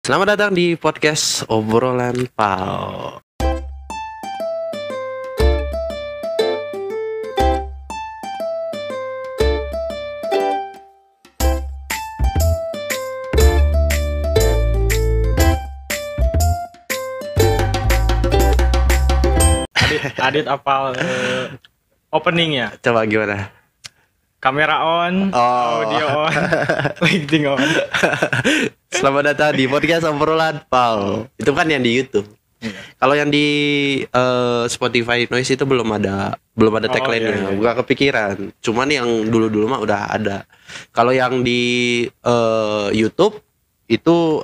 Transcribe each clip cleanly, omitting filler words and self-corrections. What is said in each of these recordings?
Selamat datang di podcast Obrolan Pal. Adit apal openingnya. Coba gimana? Kamera on, audio on, lighting on. Selamat datang di podcast Obrolan Pal. Itu kan yang di YouTube. Kalau yang di Spotify Noise itu belum ada tagline-nya. Bukan kepikiran. Cuman yang dulu-dulu mah udah ada. Kalau yang di YouTube itu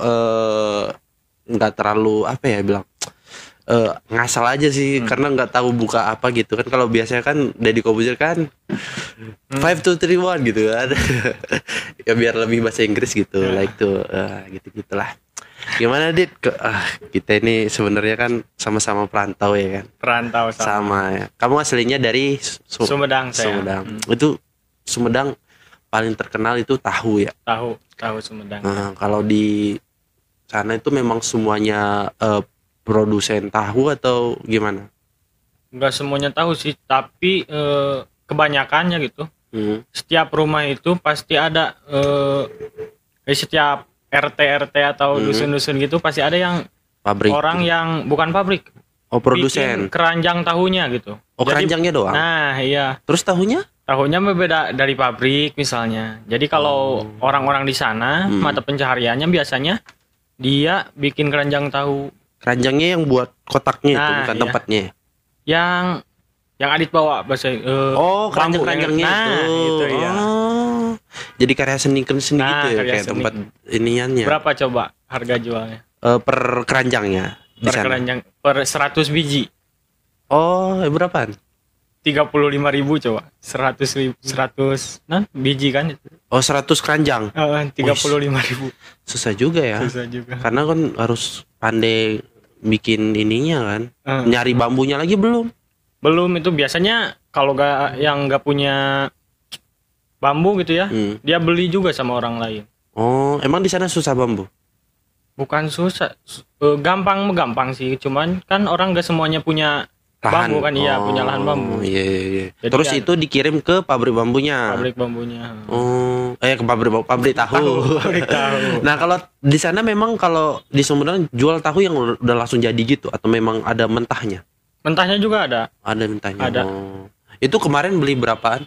nggak terlalu apa ya bilang. Ngasal aja sih karena nggak tahu buka apa gitu kan. Kalau biasanya kan Deddy Kobuzer kan 5, 2, 3, 1 gitu kan. Ya biar lebih bahasa Inggris gitu like tuh gitu-gitulah. Gimana Dit? Kita ini sebenarnya kan sama-sama perantau ya kan. Perantau sama ya. Kamu aslinya dari Sumedang saya. Sumedang. Itu Sumedang paling terkenal itu tahu ya. Tahu Sumedang. Kalau di sana itu memang semuanya produsen tahu atau gimana? Enggak semuanya tahu sih, tapi kebanyakannya gitu. Setiap rumah itu pasti ada setiap RT atau dusun-dusun gitu pasti ada yang Pabrik. Orang yang bukan pabrik. Produsen. Bikin keranjang tahunya gitu. Jadi, keranjangnya doang. Nah, iya. Terus tahunya? Tahunya berbeda dari pabrik misalnya. Jadi kalau orang-orang di sana mata pencahariannya biasanya dia bikin keranjang tahu. Keranjangnya yang buat kotaknya itu bukan tempatnya. Yang Adit bawa bahasa keranjang-keranjangnya itu ya. Jadi karya seni gitu ya kayak seni. Tempat iniannya. Berapa coba harga jualnya? Per keranjangnya per keranjang per 100 biji. Berapaan? 35.000 coba. 100 biji kan itu. 100 keranjang. 35.000. Susah juga ya. Susah juga. Karena kan harus pandai bikin ininya kan. Nyari bambunya lagi belum itu biasanya kalau yang nggak punya bambu gitu ya, dia beli juga sama orang lain. Emang di sana susah bambu? Bukan susah, gampang sih. Cuman kan orang nggak semuanya punya lahan. Bambu kan, punya lahan bambu. Iya. Terus itu dikirim ke pabrik bambunya. Ke pabrik tahu. Nah kalau di sana memang kalau di Sumedang jual tahu yang udah langsung jadi gitu atau memang ada mentahnya? Mentahnya juga ada. Ada mentahnya. Ada. Itu kemarin beli berapaan?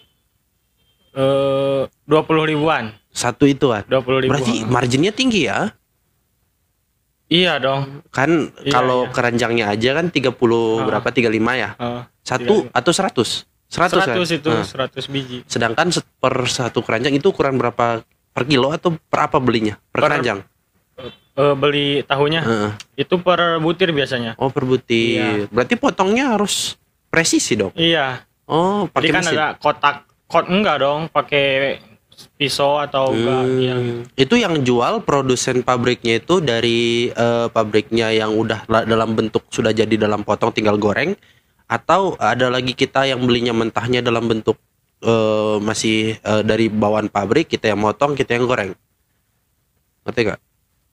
20 ribuan. Satu itu kan? 20 ribuan. Berarti marginnya tinggi ya? Iya dong. Kan kalau keranjangnya aja kan 30 berapa 35 ya? Satu 35. Atau 100? 100 kan? Itu 100 biji. Sedangkan per satu keranjang itu ukuran berapa per kilo atau per apa belinya? Per keranjang? Beli tahunya itu per butir biasanya. Per butir. Iya. Berarti potongnya harus presisi dong? Iya. Pakai kan mesin? ada enggak dong, pakai pisau atau enggak gitu. Itu yang jual produsen pabriknya itu dari pabriknya yang udah dalam bentuk sudah jadi dalam potong tinggal goreng, atau ada lagi kita yang belinya mentahnya dalam bentuk masih dari bawaan pabrik, kita yang motong, kita yang goreng. Ngerti gak?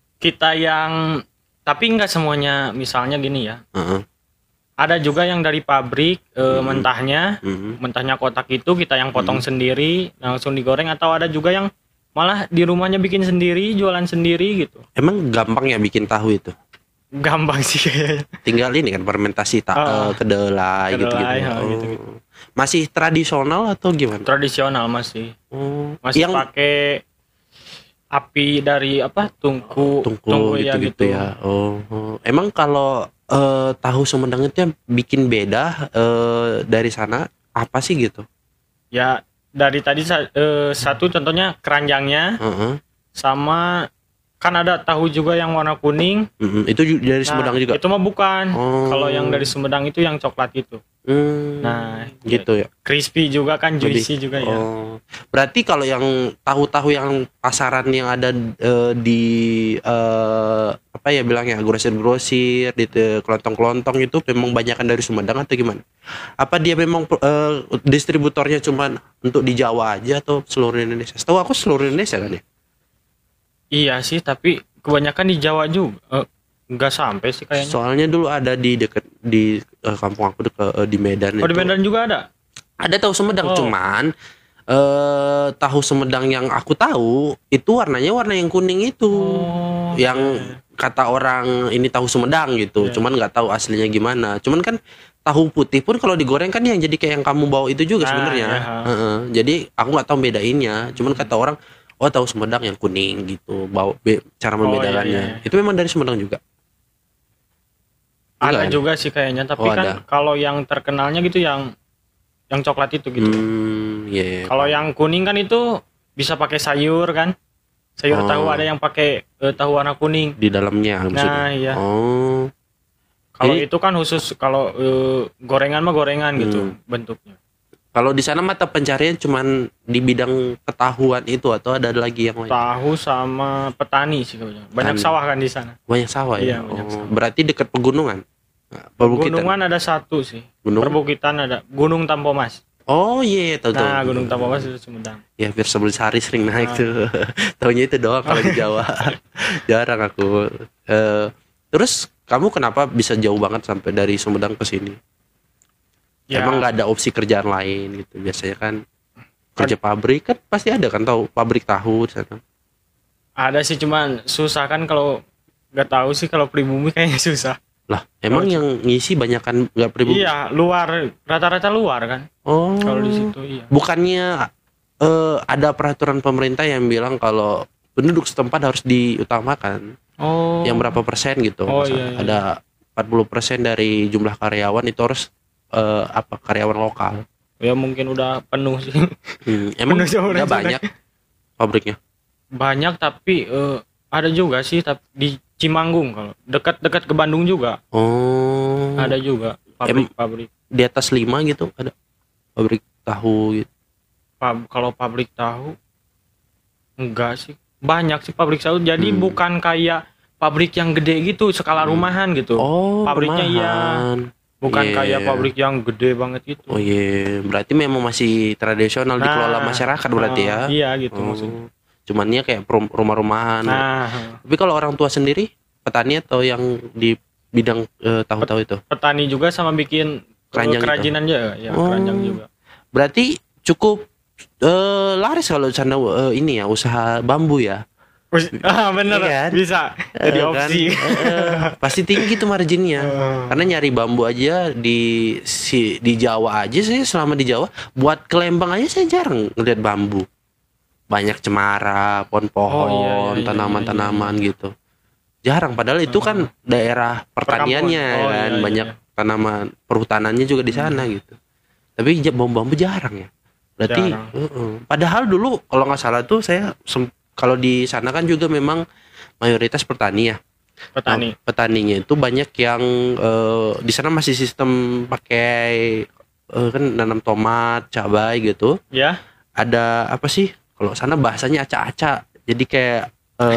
Tapi enggak semuanya, misalnya gini ya. Ada juga yang dari pabrik mentahnya kotak itu kita yang potong sendiri langsung digoreng, atau ada juga yang malah di rumahnya bikin sendiri, jualan sendiri gitu. Emang gampang ya bikin tahu itu? Gampang sih kayaknya. Tinggal ini kan fermentasi kedelai gitu-gitu. Masih tradisional atau gimana? Tradisional masih. Masih pakai api dari tungku gitu ya. Emang kalau tahu Sumedang itu yang bikin beda dari sana apa sih gitu? Ya dari tadi satu contohnya keranjangnya, sama kan ada tahu juga yang warna kuning. Itu dari Sumedang juga? Itu mah bukan. Kalau yang dari Sumedang itu yang coklat gitu. Nah gitu ya. Crispy juga kan, juicy juga ya. Berarti kalau yang tahu-tahu yang pasaran yang ada di apa ya bilangnya grosir-grosir di kelontong-kelontong itu memang banyakan dari Sumedang atau gimana? Apa dia memang distributornya cuma untuk di Jawa aja atau seluruh Indonesia? Setahu aku seluruh Indonesia kan ya? Iya sih, tapi kebanyakan di Jawa juga. Nggak sampai sih kayaknya. Soalnya dulu ada di dekat di kampung aku di Medan. Oh, di Medan juga ada. Ada tahu Sumedang, cuman tahu Sumedang yang aku tahu itu warnanya warna yang kuning itu. Yang kata orang ini tahu Sumedang gitu. Cuman nggak tahu aslinya gimana. Cuman kan tahu putih pun kalau digoreng kan yang jadi kayak yang kamu bawa itu juga sebenarnya. Jadi aku nggak tahu bedainnya. Cuman kata orang, oh tahu Sumedang yang kuning gitu. Cara membedakannya. Itu memang dari Sumedang juga. Ada juga sih kayaknya, tapi kan kalau yang terkenalnya gitu yang coklat itu gitu. Kalau yang kuning kan itu bisa pakai sayur kan. Sayur tahu ada yang pakai tahu warna kuning di dalamnya maksudnya. Nah, iya. Kalau itu kan khusus kalau gorengan mah gorengan gitu bentuknya. Kalau di sana mata pencarian cuman di bidang ketahuan itu atau ada lagi yang lain? Tahu sama petani sih kayaknya. Banyak sawah kan di sana. Banyak sawah ya. Banyak sawah. Berarti dekat pegunungan. Pegunungan ada satu sih. Perbukitan ada Gunung Tampomas. Oh iya, tahu. Nah, Gunung Tampomas itu Sumedang. Ya, biar sebelum sehari sering naik tuh. Taunya itu doang kalau di Jawa. Jarang aku. Terus kamu kenapa bisa jauh banget sampai dari Sumedang ke sini? Ya. Emang nggak ada opsi kerjaan lain gitu? Biasanya kan kerja pabrik kan pasti ada kan, tahu pabrik tahu di sana. Ada sih, cuman susah kan kalau nggak tahu sih, kalau pribumi kayaknya susah. Lah, emang yang ngisi banyak kan nggak pribumi? Iya, luar, rata-rata luar kan. Oh. Kalau di situ iya. Bukannya ada peraturan pemerintah yang bilang kalau penduduk setempat harus diutamakan. Yang berapa persen gitu. Iya. Ada 40% dari jumlah karyawan itu harus karyawan lokal. Ya mungkin udah penuh sih. Emang udah banyak pabriknya? Banyak, tapi ada juga sih di Cimanggung, kalau dekat-dekat ke Bandung juga. Ada juga pabrik. Di atas 5 gitu ada pabrik tahu gitu. Kalau pabrik tahu enggak sih. Banyak sih pabrik tahu. Jadi bukan kayak pabrik yang gede gitu, skala rumahan gitu. Pabriknya rumahan. Bukan kayak pabrik yang gede banget gitu. Berarti memang masih tradisional dikelola masyarakat berarti ya. Iya gitu maksudnya. Cumannya kayak rumah-rumahan. Tapi kalau orang tua sendiri petani atau yang di bidang tahu-tahu itu? Petani juga sama bikin kerajinan juga, ya keranjang juga. Berarti cukup laris kalau sana ini ya, usaha bambu ya. Bener kan? Bisa jadi opsi kan? Pasti tinggi tuh marginnya. Karena nyari bambu aja di Jawa aja, saya selama di Jawa buat ke Lembang aja saya jarang ngeliat bambu. Banyak cemara, pohon-pohon, tanaman-tanaman gitu. Jarang, padahal itu kan daerah pertaniannya kan, banyak tanaman, perhutanannya juga di sana gitu. Tapi bambu-bambu jarang ya. Berarti padahal dulu kalau nggak salah tuh saya kalau di sana kan juga memang mayoritas petani ya. Petaninya itu banyak yang di sana masih sistem pakai kan nanam tomat, cabai gitu. Ya. Ada apa sih? Kalau sana bahasanya acak-acak. Jadi kayak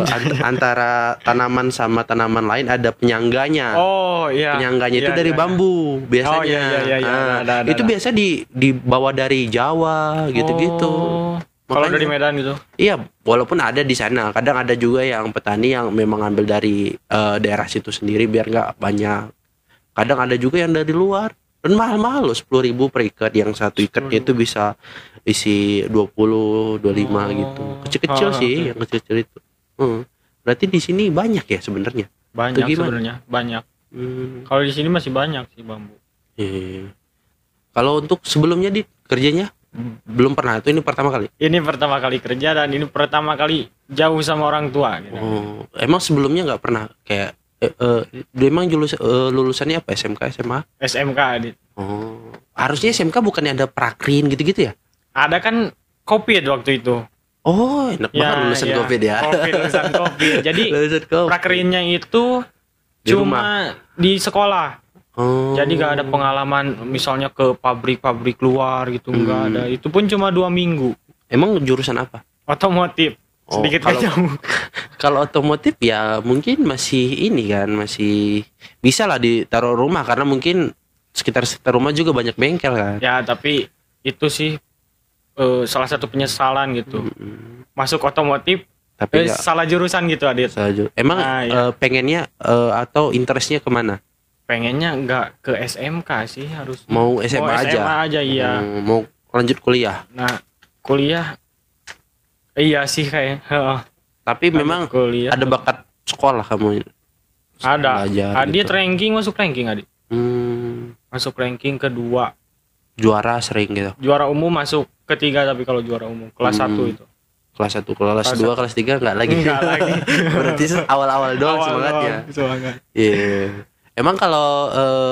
antara tanaman sama tanaman lain ada penyangganya. Penyangganya itu dari bambu biasanya. Itu biasa dibawa dari Jawa gitu-gitu. Kalau dari Medan gitu. Iya, walaupun ada di sana. Kadang ada juga yang petani yang memang ambil dari daerah situ sendiri biar nggak banyak. Kadang ada juga yang dari luar. Dan mahal-mahal loh, 10.000 per ikat. Yang satu ikatnya itu bisa isi 20, 25 gitu. Kecil-kecil sih, yang kecil-kecil itu. Berarti di sini banyak ya sebenarnya? Banyak sebenarnya, banyak. Kalau di sini masih banyak sih bambu. Kalau untuk sebelumnya di kerjanya belum pernah, itu ini pertama kali? Ini pertama kali kerja dan ini pertama kali jauh sama orang tua gitu. Emang sebelumnya nggak pernah kayak memang lulusannya apa, SMK, SMA? SMK. Harusnya SMK bukannya ada prakrin gitu-gitu ya? Ada kan COVID waktu itu. Enak banget lulusan COVID ya. Lulusan COVID. Jadi prakrinnya itu cuma di sekolah. Jadi gak ada pengalaman misalnya ke pabrik-pabrik luar gitu, nggak ada. Itu pun cuma 2 minggu. Emang jurusan apa? Otomotif. Sedikit jauh. Kalau otomotif ya mungkin masih ini kan, masih bisa lah ditaruh rumah karena mungkin sekitar rumah juga banyak bengkel kan. Ya tapi itu sih salah satu penyesalan gitu. Masuk otomotif Tapi nggak salah jurusan gitu Adit. Emang pengennya atau interestnya kemana? Pengennya nggak ke SMK sih, harus mau SMA aja. SMA aja iya. Mau lanjut kuliah. Nah kuliah iya sih kayak. Tapi memang kuliah, ada bakat sekolah kamu. Ada. Adit gitu. Masuk ranking Adit. Masuk ranking kedua. Juara sering gitu. Juara umum masuk ketiga, tapi kalau juara umum kelas 1 itu. Kelas 1, kelas 2, kelas 3 enggak lagi. Enggak lagi. Berarti awal-awal doang semangatnya. Semangat. Iya. Emang kalau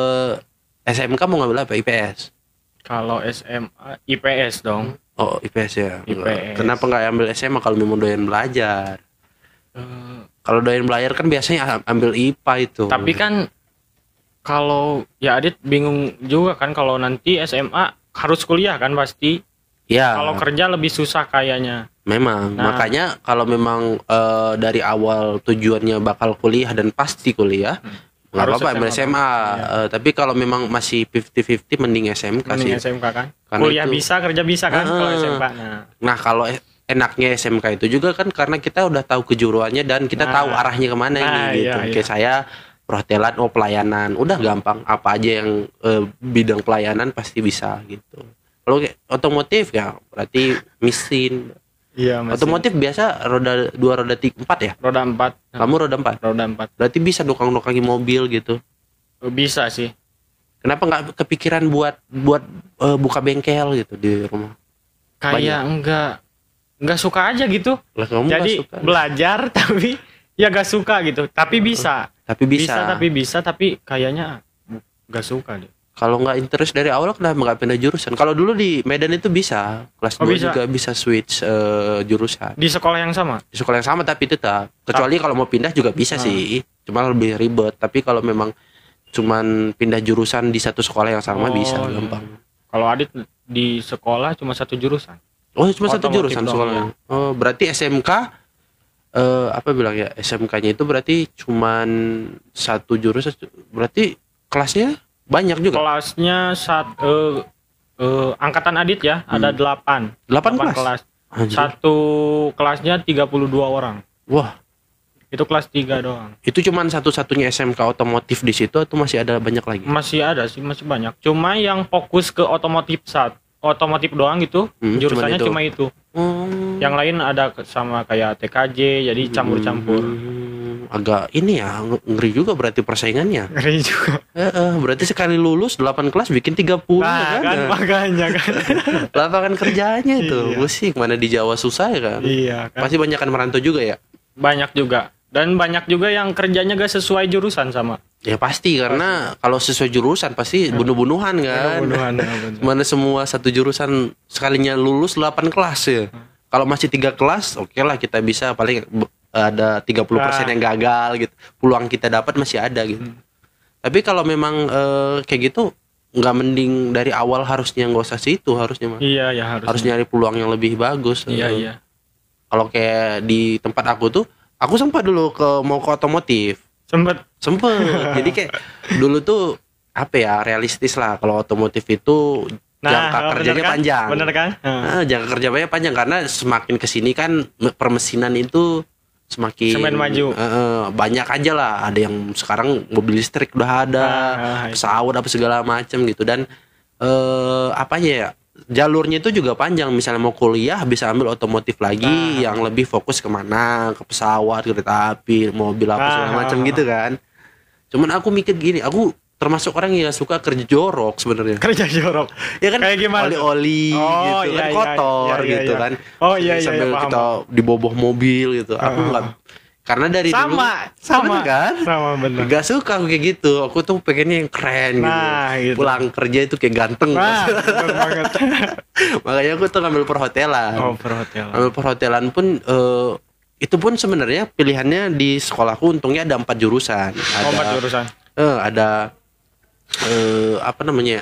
SMK mau ngambil apa? IPS? Kalau SMA IPS dong. Oh, IPS ya. IPS. Kenapa nggak ambil SMA kalau memang doyan belajar? Kalau doyan belajar kan biasanya ambil IPA itu. Tapi kan kalau ya Adit bingung juga kan, kalau nanti SMA harus kuliah kan pasti. Ya. Kalau kerja lebih susah kayaknya. Memang. Makanya kalau memang dari awal tujuannya bakal kuliah dan pasti kuliah, nggak apa-apa ambil SMA. Tapi kalau memang masih 50-50 mending SMK sih. Mending SMK kan. Karena kuliah itu, bisa, kerja bisa kan kalau SMK. Nah kalau enaknya SMK itu juga kan karena kita udah tahu kejuruannya dan kita tahu arahnya kemana ini gitu. Kayak saya perhotelan, pelayanan, udah gampang, apa aja yang bidang pelayanan pasti bisa gitu. Kalau otomotif ya berarti mesin. Iya, mesin. Otomotif biasa roda 2, roda 4 ya? Roda 4. Kamu roda 4? Roda 4. Berarti bisa nukang-nukangi mobil gitu. Bisa sih. Kenapa nggak kepikiran buat buka bengkel gitu di rumah? Kayak enggak suka aja gitu. Lah, kamu jadi suka, belajar tapi ya gak suka gitu. Tapi bisa. Tapi kayaknya gak suka deh. Kalau nggak interest dari awal kenapa nggak pindah jurusan? Kalau dulu di Medan itu bisa, kelas 2 juga bisa switch jurusan. Di sekolah yang sama? Di sekolah yang sama tapi tetap. Kecuali kalau mau pindah juga bisa sih. Cuma lebih ribet. Tapi kalau memang cuman pindah jurusan di satu sekolah yang sama bisa gampang. Kalau Adit di sekolah cuma satu jurusan? Oh, cuma satu jurusan sekolahnya. Oh, berarti SMK apa bilang ya? SMK-nya itu berarti cuman satu jurusan. Berarti kelasnya banyak juga. Kelasnya angkatan Adit ya, ada 8 kelas. Satu kelasnya 32 orang. Wah, itu kelas 3 doang. Itu cuman satu-satunya SMK otomotif di situ atau masih ada banyak lagi? Masih ada sih, masih banyak. Cuma yang fokus ke otomotif doang gitu, jurusannya cuma itu. Yang lain ada sama kayak TKJ, jadi campur-campur. Agak ini ya, ngeri juga berarti persaingannya. Ngeri juga. Berarti sekali lulus 8 kelas bikin 30 kan makanya kan. Lapangan kerjanya itu pusing, mana di Jawa susah ya kan. Iya kan. Pasti banyak kan merantau juga ya. Banyak juga. Dan banyak juga yang kerjanya gak sesuai jurusan sama. Ya pasti, karena kalau sesuai jurusan pasti bunuh-bunuhan kan. Mana semua satu jurusan sekalinya lulus 8 kelas ya. Kalau masih 3 kelas, oke lah kita bisa paling ada 30% yang gagal gitu. Peluang kita dapat masih ada gitu. Tapi kalau memang kayak gitu nggak mending dari awal harusnya nggak usah situ harusnya mah. Iya ya harus nyari peluang yang lebih bagus. Iya. Kalau kayak di tempat aku tuh, aku sempat dulu mau ke otomotif. Sempet. Jadi kayak dulu tuh apa ya, realistis lah kalau otomotif itu jangka kerjanya kan? Panjang. Bener kan? Jangka kerjanya panjang karena semakin kesini kan permesinan itu semakin maju. Banyak aja lah. Ada yang sekarang mobil listrik udah ada, pesawat apa segala macam gitu. Dan apa ya, jalurnya itu juga panjang. Misalnya mau kuliah bisa ambil otomotif lagi yang lebih fokus kemana, ke pesawat, kereta api, mobil apa segala macam gitu kan. Cuman aku mikir gini, aku termasuk orang yang suka kerja jorok sebenarnya. Kerja jorok. Ya kan, kayak gimana? Oli-oli gitu kan, kotor gitu kan. Sambil kita diboboh mobil gitu. Aku enggak, karena dari dulu sama kan? Sama bener. Gak suka aku kayak gitu. Aku tuh pengennya yang keren gitu. Pulang kerja itu kayak ganteng. Bener banget. Makanya aku tuh ngambil perhotelan. Perhotelan. Ngambil perhotelan pun itu pun sebenarnya pilihannya di sekolahku untungnya ada 4 jurusan. Ada 4 jurusan. Ada apa namanya?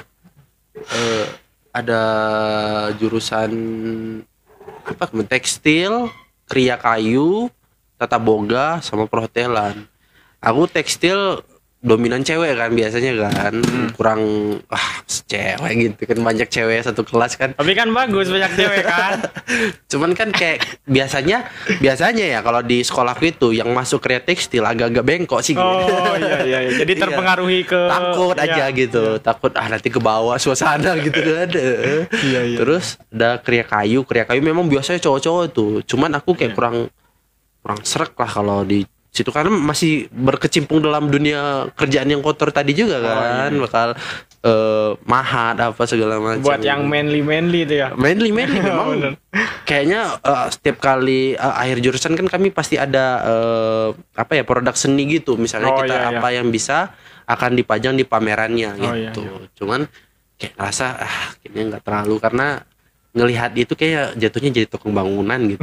Ada jurusan apa? Tekstil, kriya kayu, tata boga, sama perhotelan. Aku tekstil dominan cewek kan biasanya kan, kurang cewek gitu kan, banyak cewek satu kelas kan. Tapi kan bagus banyak cewek kan. Cuman kan kayak biasanya ya kalau di sekolahku itu yang masuk Kria Tekstil agak-agak bengkok sih. Oh iya. Jadi terpengaruhi ke takut aja gitu. Takut nanti ke bawah suasana gitu kan. Iya. Terus ada Kria Kayu memang biasanya cowok-cowok tuh. Cuman aku kayak kurang srek lah kalau di situ karena masih berkecimpung dalam dunia kerjaan yang kotor tadi juga kan. Bakal mahat apa segala macam. Buat yang manly itu ya. Manly memang. Kayaknya setiap kali akhir jurusan kan kami pasti ada produk seni gitu. Misalnya apa yang bisa akan dipajang di pamerannya gitu. Cuman kayak ngerasa kayaknya nggak terlalu karena ngelihat itu kayak jatuhnya jadi tukang bangunan gitu.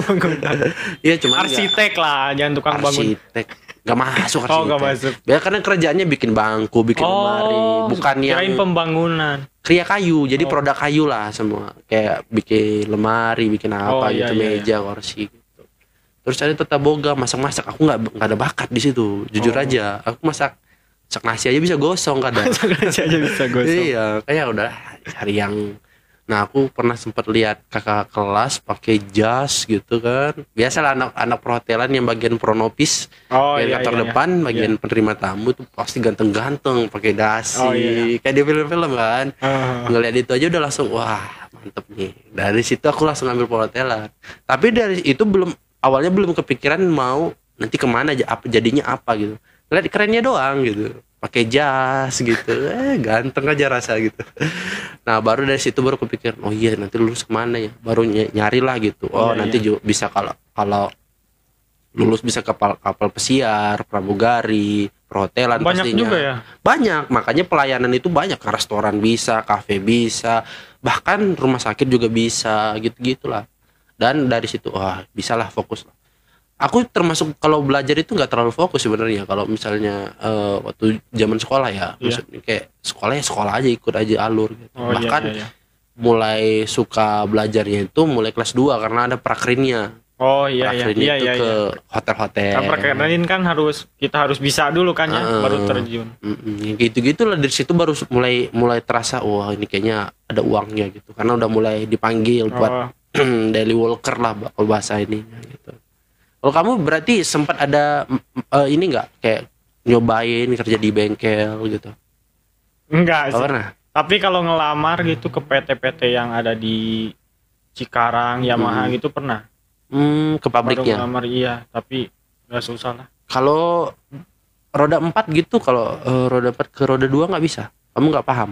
Iya cuma arsitek lah, jangan tukang bangun. Arsitek nggak masuk arsitek. Nggak masuk. Ya karena kerjaannya bikin bangku, bikin lemari, bukan yang pembangunan. Kria kayu, jadi produk kayu lah semua. Kayak bikin lemari, bikin apa gitu, meja, kursi gitu. Terus ada tata boga, masak-masak. Aku nggak ada bakat di situ, jujur aja. Aku masak nasi aja bisa gosong kadang. Nasi aja bisa gosong. Iya, kayak udah cari yang. Nah aku pernah sempat lihat kakak kelas pakai jas gitu kan. Biasalah anak-anak perhotelan yang bagian pronopis, kantor depan, bagian penerima tamu tuh pasti ganteng-ganteng pakai dasi, kayak di film-film kan. Ngeliat itu aja udah langsung wah mantep nih. Dari situ aku langsung ambil perhotelan. Tapi dari itu awalnya belum kepikiran mau nanti kemana aja, jadinya apa gitu. Lihat kerennya doang gitu. Pakai jas gitu, ganteng aja rasa gitu. Nah baru dari situ baru kepikiran, oh iya nanti lulus kemana ya, baru nyari lah gitu. Nanti juga bisa kalau lulus bisa kapal pesiar, pramugari, perhotelan banyak pastinya. Juga ya? Banyak, makanya pelayanan itu banyak, restoran bisa, kafe bisa, bahkan rumah sakit juga bisa, gitu-gitulah. Dan dari situ bisalah fokus lah. Aku termasuk kalau belajar itu nggak terlalu fokus sebenarnya. Kalau misalnya waktu zaman sekolah ya, maksudnya kayak sekolah aja, ikut aja alur gitu. Bahkan mulai suka belajarnya itu mulai kelas 2 karena ada prakrinnya. Prakrin itu ke hotel-hotel. Prakrin kan kita harus bisa dulu kan ya, baru terjun. Gitu-gitulah dari situ baru mulai terasa wah ini kayaknya ada uangnya gitu. Karena udah mulai dipanggil buat daily worker lah bahasa ini gitu. Kalau kamu berarti sempat ada ini nggak kayak nyobain kerja di bengkel gitu? Enggak sih. Pernah? Tapi kalau ngelamar gitu ke PT-PT yang ada di Cikarang, Yamaha gitu pernah. Ke pabriknya? Baru ngelamar tapi nggak susah lah. Kalau roda 4 gitu, kalau roda 4 ke roda 2 nggak bisa? Kamu nggak paham?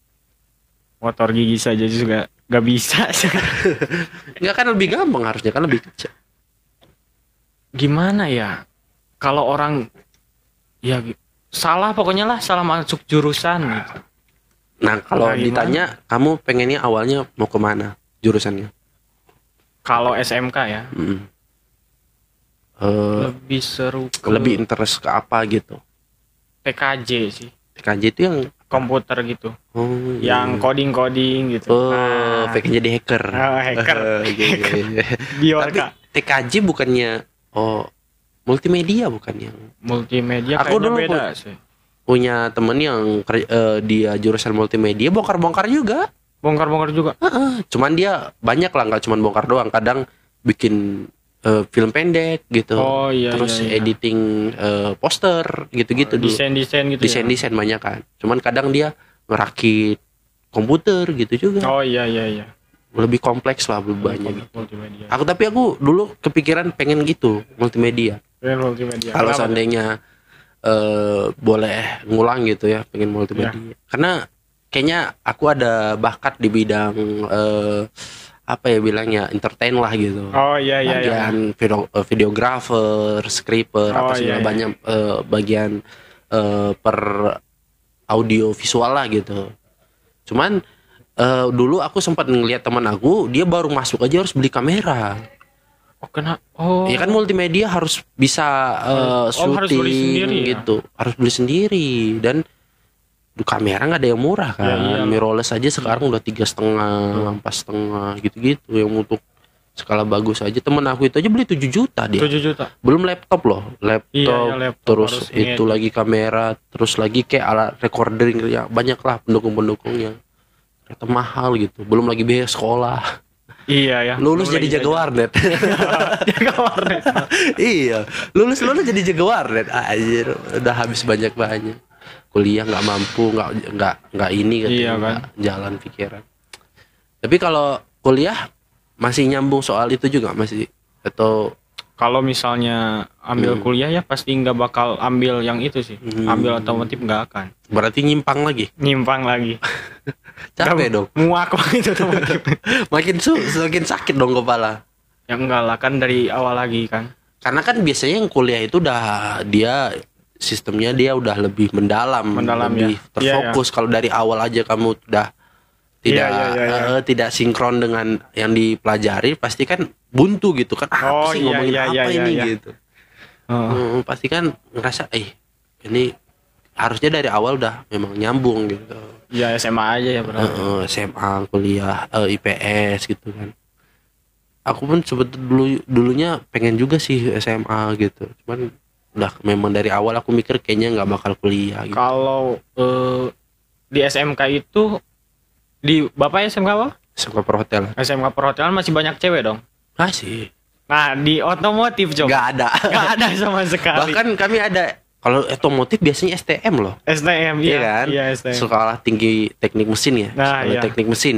Motor gigi saja juga nggak bisa. Nggak kan lebih gampang harusnya kan lebih kecil. Gimana ya kalau orang salah pokoknya lah, salah masuk jurusan gitu. Nah kalau ditanya kamu pengennya awalnya mau kemana jurusannya? Kalau SMK ya lebih seru lebih interest ke apa gitu? TKJ sih. TKJ itu yang komputer gitu, yang coding gitu. pengen jadi hacker. Hacker. Tapi TKJ bukannya multimedia bukan yang multimedia. Aku dulu beda sih. Punya temen yang dia jurusan multimedia bongkar juga. Cuman dia banyak lah, nggak cuman bongkar doang, kadang bikin film pendek gitu. Terus editing poster gitu-gitu dulu. Desain gitu. Desain banyak kan. Cuman kadang dia ngerakit komputer gitu juga. Iya. Lebih kompleks lah, lebih banyak gitu. Multimedia. Tapi aku dulu kepikiran pengen gitu multimedia. Kalau seandainya boleh ngulang gitu ya, pengen multimedia. Karena kayaknya aku ada bakat di bidang bilangnya entertain lah gitu. Bagian videographer, scriber, banyak bagian per audio visual lah gitu. Cuman dulu aku sempat ngeliat teman aku, dia baru masuk aja harus beli kamera. Ya kan multimedia harus bisa syuting gitu, harus beli sendiri, dan kamera nggak ada yang murah kan. Mirrorless aja sekarang udah 3,5, 4,5 gitu-gitu yang untuk skala bagus aja. Temen aku itu aja beli 7 juta dia. 7 juta. Belum laptop loh, laptop, Iya, laptop terus harus itu lagi kamera, terus lagi kayak alat recording ya, banyak lah pendukung-pendukungnya. Ternyata mahal gitu. Belum lagi biaya sekolah. Iya ya. Lulus jadi jaga warnet. Jaga warnet. Iya, lulus jadi jaga warnet. Anjir, udah habis banyak. Kuliah nggak mampu, nggak ini gitu, Iya, kan? jalan pikiran. Tapi kalau kuliah masih nyambung soal itu juga masih, atau Kalau misalnya ambil kuliah ya pasti nggak bakal ambil yang itu sih. Ambil otomotif nggak akan. berarti nyimpang lagi? Nyimpang lagi. Capek dong. Muak itu otomotif. Semakin sakit dong kepala. Ya enggak lah, kan dari awal lagi kan. Karena kan biasanya yang kuliah itu udah sistemnya dia udah lebih mendalam lebih ya. terfokus. Iya. Kalau dari awal aja kamu udah tidak sinkron dengan yang dipelajari, pasti kan buntu gitu kan. Apa sih ngomongin apa ini gitu. Pasti kan ngerasa ini harusnya dari awal udah memang nyambung gitu. Ya SMA aja ya berarti. SMA, kuliah, IPS gitu kan. Aku pun dulunya pengen juga sih SMA gitu. Cuman udah memang dari awal aku mikir kayaknya nggak bakal kuliah gitu. Kalau di SMK itu di Bapak SMK apa? SMK perhotelan. SMK perhotelan masih banyak cewek dong. Masih. Nah, di otomotif coba. Nggak ada. Nggak ada sama sekali. Bahkan kami ada, kalau otomotif biasanya STM loh. STM Iya kan? Iya, STM. Sekolah tinggi teknik mesin ya. Nah, Sekolah iya. teknik mesin.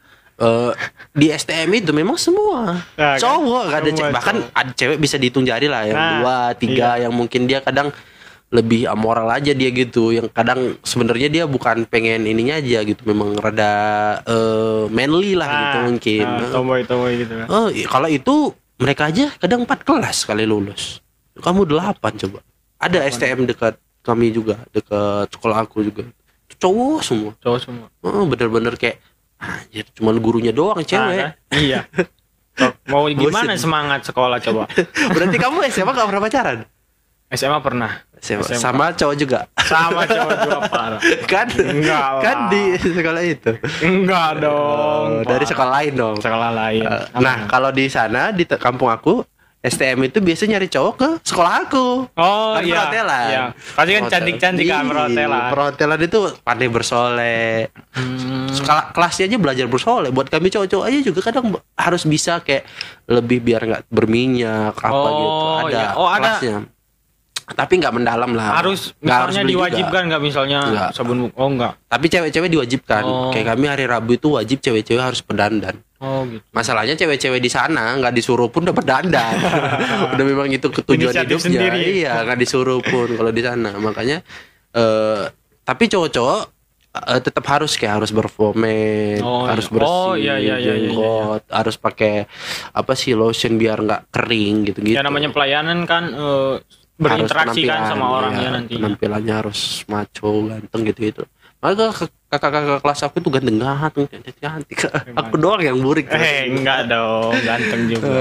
Di STM itu memang semua Nah, cowok, nggak ada semua bahkan cowok. ada cewek bisa dihitung jari lah, yang Nah, 2, 3 yang mungkin dia kadang lebih amoral aja dia gitu, yang kadang sebenarnya dia bukan pengen ininya aja gitu, memang rada manly lah gitu mungkin. Tomboy gitu kan. Kalau itu mereka aja kadang 4 kelas kali lulus. Kamu 8 coba. Ada STM dekat kami juga, dekat sekolah aku juga. Cowok semua. Cowok semua. Bener-bener kayak anjir, cuman gurunya doang cewek. Kan? Iya. Mau gimana semangat sekolah coba? Berarti kamu SMA gak pernah pacaran? SMA pernah. SMA. Sama cowok juga. Sama cowok juga parah. Kan? Enggak lah. Kan di sekolah itu. Enggak dong. Dari sekolah lain dong. Sekolah lain. Nah, kalau di sana di kampung aku STM itu biasanya nyari cowok ke sekolah aku. Oh Kan iya. perhotelan. Iya. Pasti kan cantik-cantik kan perhotelan. Perhotelan itu pandai bersolek. Kelasnya aja belajar bersolek. Buat kami cowok-cowok aja juga kadang harus bisa kayak lebih biar nggak berminyak apa gitu. Ada iya. kelasnya. Tapi nggak mendalam lah. Harus Nggak misalnya beli diwajibkan nggak misalnya Nggak. sabun muka. Oh enggak. Tapi cewek-cewek diwajibkan. Kayak kami hari Rabu itu wajib cewek-cewek harus berdandan. Oh gitu. Masalahnya cewek-cewek di sana nggak disuruh pun udah berdandan. Udah memang itu tujuan Inisiatif hidupnya. sendiri. Iya, nggak disuruh pun kalau di sana. Makanya tapi cowok-cowok tetap harus berpomade, harus bersih, iya. jenggot, harus pakai apa sih lotion biar nggak kering gitu-gitu. Ya namanya pelayanan kan berinteraksi kan sama orangnya iya, nantinya. Penampilannya harus maco, ganteng gitu-gitu. Maka kakak-kakak kelas aku tuh ganteng-ganteng, cantik. Aku doang yang burik. Enggak dong, ganteng juga.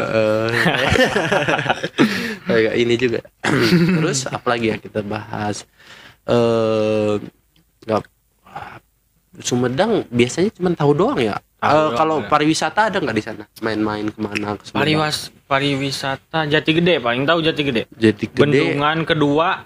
Kayak ini juga. Terus apa lagi ya kita bahas? Nggak, Sumedang biasanya cuma tahu doang ya. Kalau pariwisata ada nggak di sana? Main-main kemana? Ke Sumedang? Pariwisata Jati Gede, paling tahu Jati Gede. Jati Gede. Bendungan kedua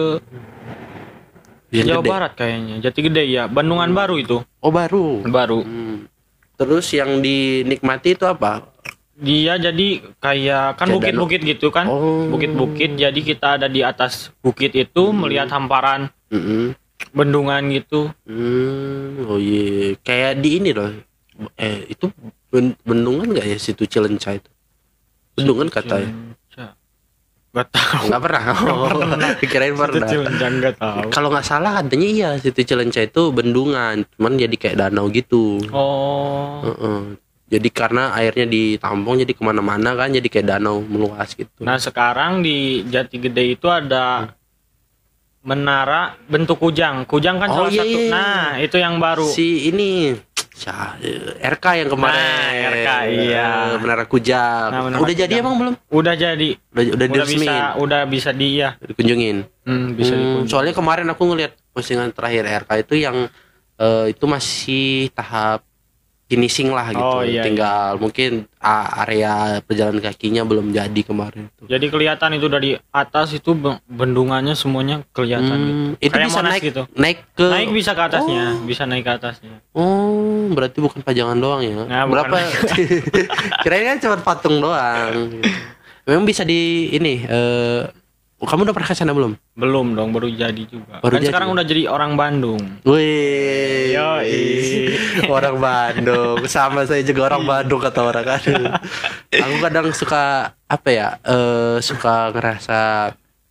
Jawa Gede. Barat kayaknya. Jati Gede ya. Bendungan baru itu. Oh baru. Baru. Terus yang dinikmati itu apa? Dia jadi kayak kan Kayak bukit-bukit gitu kan. Oh. Bukit-bukit. Jadi kita ada di atas bukit itu melihat hamparan bendungan gitu. Oh iya. Kayak di ini loh. Itu bendungan nggak ya situ Cilenca itu? Bendungan katanya. Gak tahu. Nggak pernah. Kirain pernah. Nggak tahu. Kalau nggak salah katanya iya situ Cilenca itu bendungan, cuman jadi kayak danau gitu. Oh. Jadi karena airnya ditampung jadi kemana-mana kan, jadi kayak danau meluas gitu. Nah sekarang di Jati Gede itu ada menara bentuk kujang. Kujang kan salah satu. Iya. Nah itu yang baru. Si ini RK yang kemarin. Nah, RK, iya. Menara Kujang. Nah, Menara udah jadi Kujang. emang belum? Udah jadi. Udah diresmiin. Udah bisa dia. Dikunjungin. Bisa dikunjungi. Soalnya kemarin aku ngeliat postingan terakhir RK itu yang itu masih tahap finishing lah gitu. Tinggal iya. mungkin area pejalan kakinya belum jadi kemarin itu. Jadi kelihatan itu dari atas itu bendungannya semuanya kelihatan gitu. Itu Kayak bisa Monas naik gitu. Naik bisa ke atasnya, bisa naik ke atasnya. Oh, berarti bukan pajangan doang ya. Nah, berapa? Kirain kan cuma patung doang. Memang bisa di ini kamu udah pernah ke sana belum? Belum dong, baru jadi juga. Baru kan jadi. Sekarang udah jadi orang Bandung. Wih. Yoi. Orang Bandung. Sama saya juga orang Bandung kata orang kan. Aku kadang suka apa ya? Suka ngerasa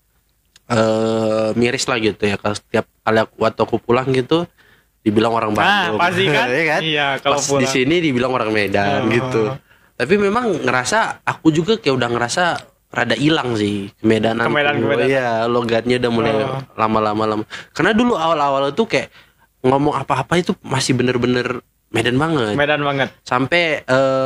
miris lah gitu ya. Kalau setiap kali waktu aku pulang gitu dibilang orang Bandung. Pasti kan? Iya kan? Iya, kalau pas di sini dibilang orang Medan gitu. Tapi memang ngerasa aku juga kayak udah ngerasa rada hilang sih Kemedanan. Iya, logatnya udah mulai lama-lama. Karena dulu awal-awal itu kayak ngomong apa-apa itu masih bener-bener Medan banget. Sampai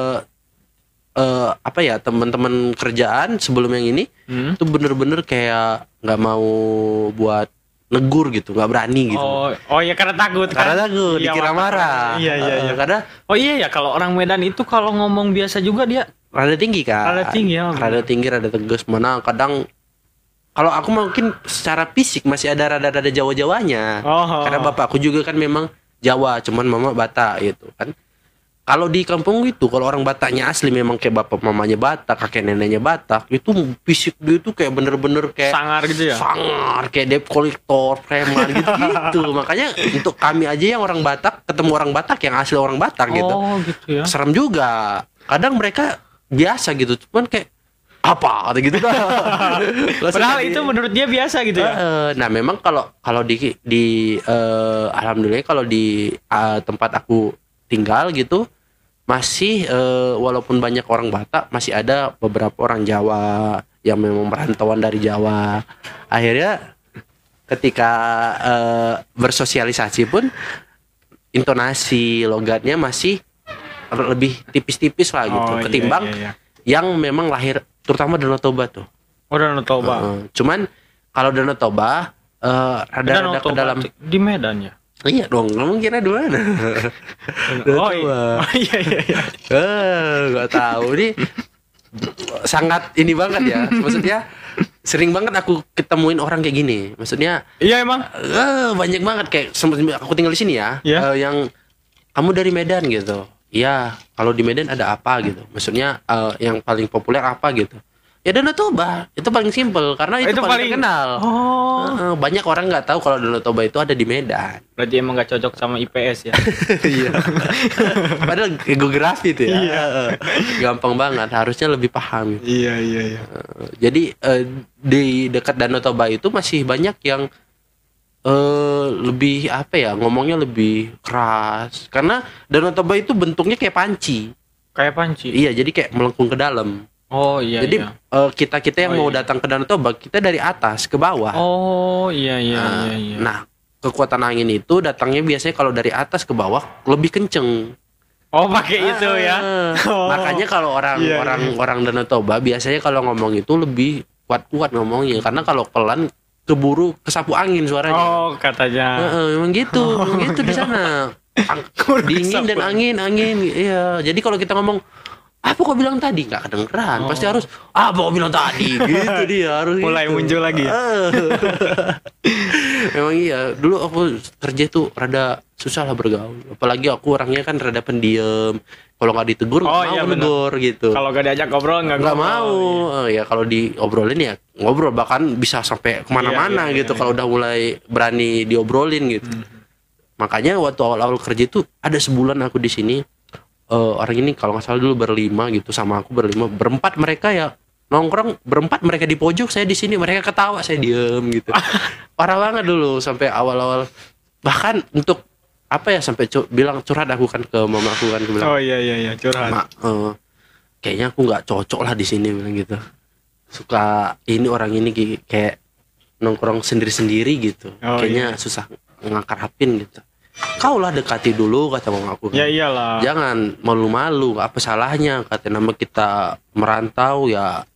apa ya, teman-teman kerjaan sebelum yang ini itu bener-bener kayak nggak mau buat negur gitu, nggak berani gitu. Oh ya, karena takut kan? Iya, dikira marah. Iya. Karena iya ya, kalau orang Medan itu kalau ngomong biasa juga dia rada tinggi kan. Rada tinggi, rada tegas. Mana kadang kalau aku mungkin secara fisik masih ada rada Jawa-Jawanya. Karena bapakku juga kan memang Jawa, cuman mama Batak gitu kan. Kalau di kampung itu, kalau orang Bataknya asli memang kayak bapak mamanya Batak, kakek neneknya Batak, itu fisik dia itu kayak bener-bener kayak sangar gitu ya. Sangar, kayak debt collector, preman gitu. Makanya untuk kami aja yang orang Batak ketemu orang Batak yang asli orang Batak gitu. Gitu ya. Serem juga. Kadang mereka biasa gitu, cuman kayak apa gitu dah. Padahal itu menurut dia biasa gitu ya. Nah memang kalau di alhamdulillah kalau di tempat aku tinggal gitu masih walaupun banyak orang Batak masih ada beberapa orang Jawa yang memang merantauan dari Jawa. Akhirnya ketika bersosialisasi pun intonasi logatnya masih lebih tipis-tipis lah gitu ketimbang yang memang lahir terutama Danau Toba tuh. Danau Toba. Cuman kalau Danau Toba rada ke dalam di Medan ya. Iya dong, kamu kira di mana? Iya. Gak tahu nih. Sangat ini banget ya. Maksudnya sering banget aku ketemuin orang kayak gini. Maksudnya iya emang banyak banget kayak aku tinggal di sini ya. Yang kamu dari Medan gitu. Iya, kalau di Medan ada apa gitu. Maksudnya yang paling populer apa gitu. Ya Danau Toba, itu paling simpel karena itu paling terkenal. Banyak orang nggak tahu kalau Danau Toba itu ada di Medan. Berarti emang nggak cocok sama IPS ya? Iya. Padahal geografi itu ya. Iya. Gampang banget, harusnya lebih paham. Gitu. Iya. Jadi di dekat Danau Toba itu masih banyak yang lebih apa ya, ngomongnya lebih keras. Karena Danau Toba itu bentuknya kayak panci. Iya, jadi kayak melengkung ke dalam. Iya. Jadi kita yang mau datang ke Danau Toba, kita dari atas ke bawah. Iya. Nah, kekuatan angin itu datangnya biasanya kalau dari atas ke bawah lebih kenceng. Pakai itu ya. Makanya kalau orang Danau Toba biasanya kalau ngomong itu lebih kuat-kuat ngomongnya, karena kalau pelan keburu kesapu angin suaranya. Katanya. Memang gitu di sana. Dingin dan angin. Iya. Jadi kalau kita ngomong apa kau bilang tadi nggak kedengeran, pasti harus apa kau bilang tadi gitu dia harus mulai gitu. Muncul lagi ya. Memang iya, dulu aku kerja tuh rada susah lah bergaul, apalagi aku orangnya kan rada pendiam, kalau nggak ditegur nggak mau negur gitu, kalau nggak diajak ngobrol nggak mau ya kalau diobrolin ya ngobrol, bahkan bisa sampai kemana-mana gitu. Kalau udah mulai berani diobrolin gitu. Makanya waktu awal-awal kerja tuh ada sebulan aku di sini. Orang ini kalau nggak salah dulu berlima gitu, sama aku berempat mereka ya nongkrong, berempat mereka di pojok, saya di sini, mereka ketawa, saya diem gitu. Parah banget dulu sampai awal-awal, bahkan untuk apa ya, sampai bilang curhat aku kan ke mama aku kan, bilang, iya curhat. Kayaknya aku nggak cocok lah di sini, bilang gitu. Suka ini orang ini kayak nongkrong sendiri-sendiri gitu, kayaknya susah ngakarapin gitu. Kau lah dekati dulu, kata mama aku. Ya iyalah. Jangan malu-malu, apa salahnya, kata nama kita merantau ya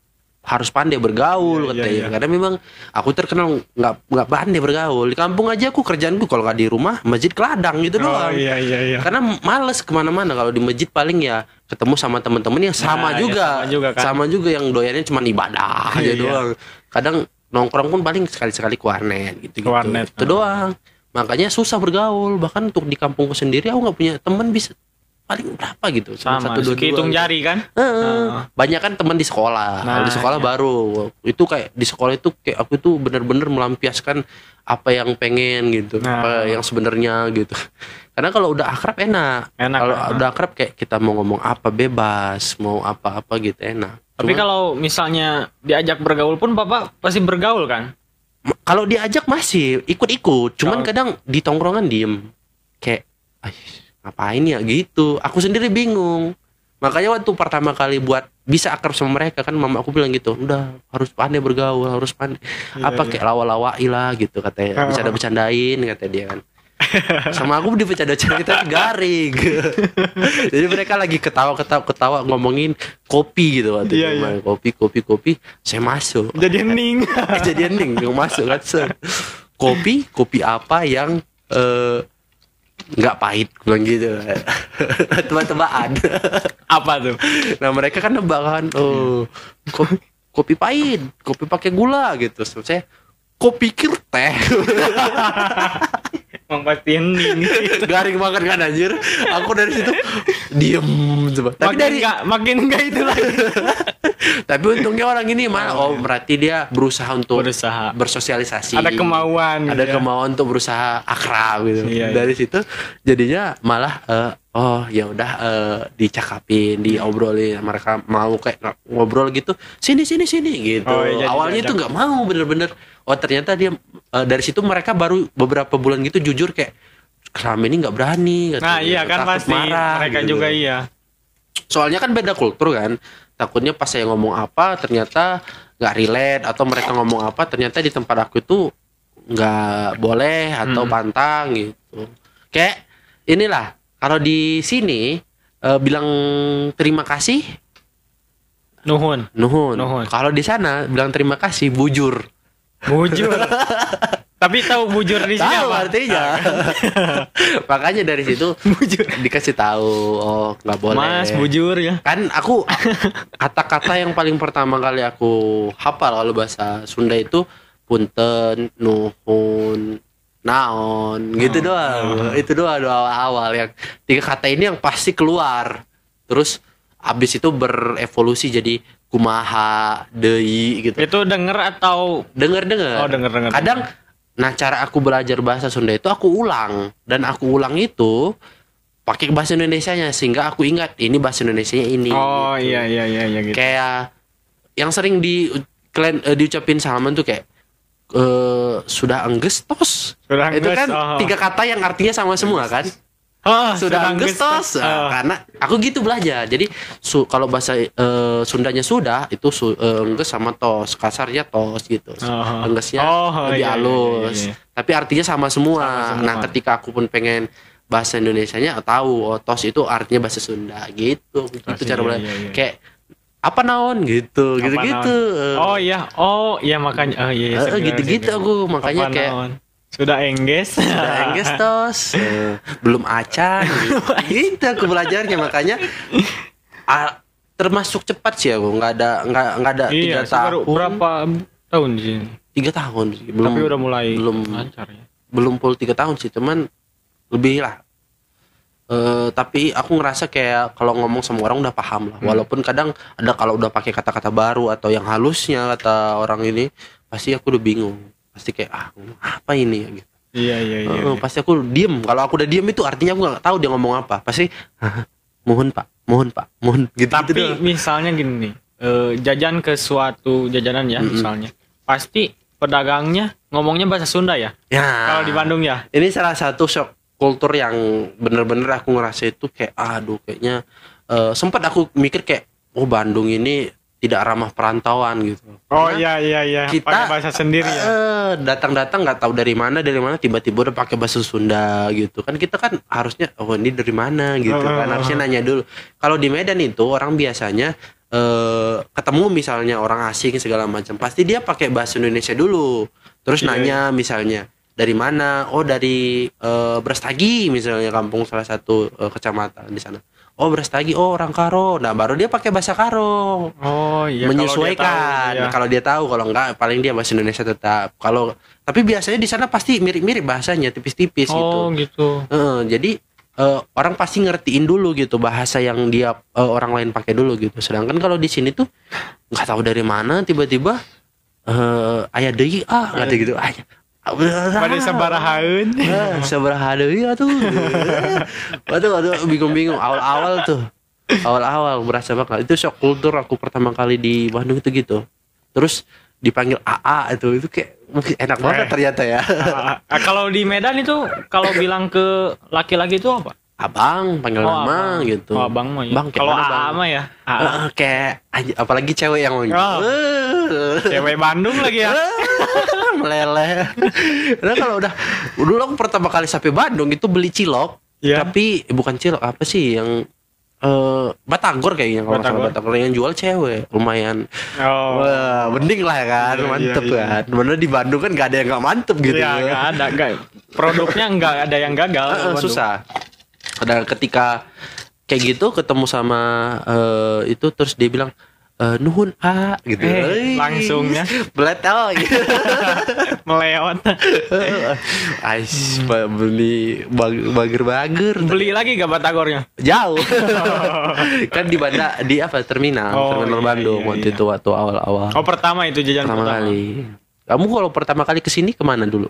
harus pandai bergaul katanya. Karena memang aku terkenal nggak pandai bergaul. Di kampung aja aku kerjaanku kalau nggak di rumah masjid ke ladang gitu doang. Iya. Karena males kemana-mana. Kalau di masjid paling ya ketemu sama teman-teman yang sama juga. Kan. Sama juga yang doyannya cuma ibadah aja doang. Kadang nongkrong pun paling sekali-sekali ke warnet gitu. Itu doang. Makanya susah bergaul. Bahkan untuk di kampungku sendiri aku nggak punya teman bisa paling berapa gitu. Sama, hitung jari kan. Banyak kan teman di sekolah. Kalau di sekolah baru. Itu kayak di sekolah itu kayak aku tuh benar-benar melampiaskan apa yang pengen gitu. Apa yang sebenarnya gitu. Karena kalau udah akrab enak. Kalau udah akrab kayak kita mau ngomong apa bebas, mau apa-apa gitu enak. Tapi kalau misalnya diajak bergaul pun Bapak pasti bergaul kan? Kalau diajak masih ikut-ikut, cuman kadang di tongkrongan diem. Kayak ngapain ya gitu. Aku sendiri bingung. Makanya waktu pertama kali buat bisa akrab sama mereka kan mama aku bilang gitu, udah harus pandai bergaul, harus pandai kayak lawa-lawai lah gitu katanya. Bercanda-bercandain kata dia kan. Sama aku bercanda-bercanda kita garing. Jadi mereka lagi ketawa ngomongin kopi gitu waktu kopi saya masuk. Jadi hening. Masuk kan. Kopi apa yang nggak pahit bilang gitu. Tebak-tebakan. Apa tuh? Nah mereka kan nebak kan, kopi pahit, kopi pakai gula gitu. Saya kopi pikir teh. Emang pasti hening. Garing banget kan anjir. Aku dari situ diem coba. Tapi makin enggak itu lagi. Tapi untungnya orang ini berarti dia berusaha untuk bersosialisasi. Ada kemauan untuk berusaha akrab gitu. Dari situ jadinya malah ya udah dicakapin, diobrolin, mereka mau kayak ngobrol gitu. Sini gitu. Awalnya itu nggak mau bener-bener. Ternyata dia dari situ mereka baru beberapa bulan gitu jujur kayak selama ini nggak berani. Nah iya kan pasti marah, mereka gitu. Juga iya. Soalnya kan beda kultur kan. Takutnya pas saya ngomong apa ternyata nggak relate, atau mereka ngomong apa ternyata di tempat aku itu nggak boleh atau pantang gitu. Kayak inilah kalau di sini bilang terima kasih nuhun. Kalau di sana bilang terima kasih bujur. Tapi tahu bujur di sini apa artinya? Makanya dari situ bujur dikasih tahu, nggak boleh. Mas bujur ya. Kan aku kata-kata yang paling pertama kali aku hafal kalau bahasa Sunda itu punten, nuhun, naon, gitu doang. Itu doang awal yang 3 kata ini yang pasti keluar. Terus abis itu berevolusi jadi kumaha, deui gitu. Itu denger atau denger? Oh, denger. Kadang cara aku belajar bahasa Sunda itu aku ulang, dan aku ulang itu pakai bahasa Indonesianya sehingga aku ingat ini bahasa Indonesianya ini. Oh gitu. Iya gitu. Kayak yang sering diucapin salaman tuh kayak sudah engges tos. Itu kan 3 kata yang artinya sama semua kan? Sudah engges tos. Karena aku gitu belajar. Jadi kalau bahasa Sundanya sudah itu engges sama tos, kasarnya tos gitu. Enggesnya lebih halus. Iya. Tapi artinya sama semua. Nah, ketika aku pun pengen bahasa Indonesianya tahu tos itu artinya bahasa Sunda gitu. Gitu cara belajar. Kayak apa naon gitu. Oh iya makanya gitu aku makanya kayak naon? Sudah engges tos. Belum acan gitu aku belajarnya, makanya termasuk cepat sih aku, nggak ada 3 tahun. Berapa tahun di sini? 3 tahun sih. Tapi udah mulai lancar ya. Belum full 3 tahun sih, cuman lebih lah. Tapi aku ngerasa kayak kalau ngomong sama orang udah paham lah. Walaupun kadang ada kalau udah pakai kata-kata baru atau yang halusnya kata orang ini, pasti aku udah bingung. Pasti kayak apa ini ya gitu. Iya. Pasti aku diem. Kalau aku udah diem itu artinya aku nggak tahu dia ngomong apa. Pasti mohon pak gitu. Tapi gitu misalnya gini nih, jajan ke suatu jajanan ya misalnya, pasti pedagangnya ngomongnya bahasa Sunda ya. Kalau di Bandung ya. Ini salah satu shock kultur yang bener-bener aku ngerasa itu kayak kayaknya sempat aku mikir kayak Bandung ini tidak ramah perantauan gitu. Iya. Kita pakai bahasa sendiri ya. Datang-datang nggak tahu dari mana tiba-tiba udah pakai bahasa Sunda gitu. Kan kita kan harusnya ini dari mana gitu kan, harusnya nanya dulu. Kalau di Medan itu orang biasanya ketemu misalnya orang asing segala macam, pasti dia pakai bahasa Indonesia dulu. Terus nanya misalnya dari mana? Oh dari Brastagi misalnya, kampung salah satu kecamatan di sana. Oh Brastagi, oh orang Karo. Nah baru dia pakai bahasa Karo. Oh iya. Menyesuaikan. Kalau dia tahu, kalau enggak paling dia bahasa Indonesia tetap. Tapi biasanya di sana pasti mirip-mirip bahasanya, tipis-tipis gitu. Oh gitu. Jadi orang pasti ngertiin dulu gitu bahasa yang dia orang lain pakai dulu gitu. Sedangkan kalau di sini tuh nggak tahu dari mana tiba-tiba ayah deui kata gitu aja. Pada sabarahaeun. Sabaraha deui atuh. Waduh bingung-bingung awal-awal berasa banget. Itu shock kultur aku pertama kali di Bandung itu gitu. Terus dipanggil AA itu kayak enak banget ternyata ya. Kalau di Medan itu kalau bilang ke laki-laki itu apa? Abang, panggil nama abang. gitu. Oh, abang mah ya. Bang, kalau AA mah ya. Kayak apalagi cewek yang Cewek Bandung lagi ya. Meleleh. Nah kalau dulu aku pertama kali sampai Bandung itu beli cilok, tapi bukan cilok, apa sih yang Batagor kayaknya, kalau salah Batagor yang jual cewek lumayan. Wah, mending lah kan, mantep kan. Bener di Bandung kan nggak ada yang nggak mantep gitu. Iya, nggak ada, produknya nggak ada yang gagal. Susah. Ada ketika kayak gitu ketemu sama itu terus dia bilang nuhun gitu. Langsungnya beletel gitu. Melewat. Ais beli bager. Beli lagi gak Batagornya? Jauh. Kan di terminal Bandung waktu itu waktu awal-awal. Oh pertama itu jajan pertama kali. Kamu kalau pertama kali kesini kemana dulu?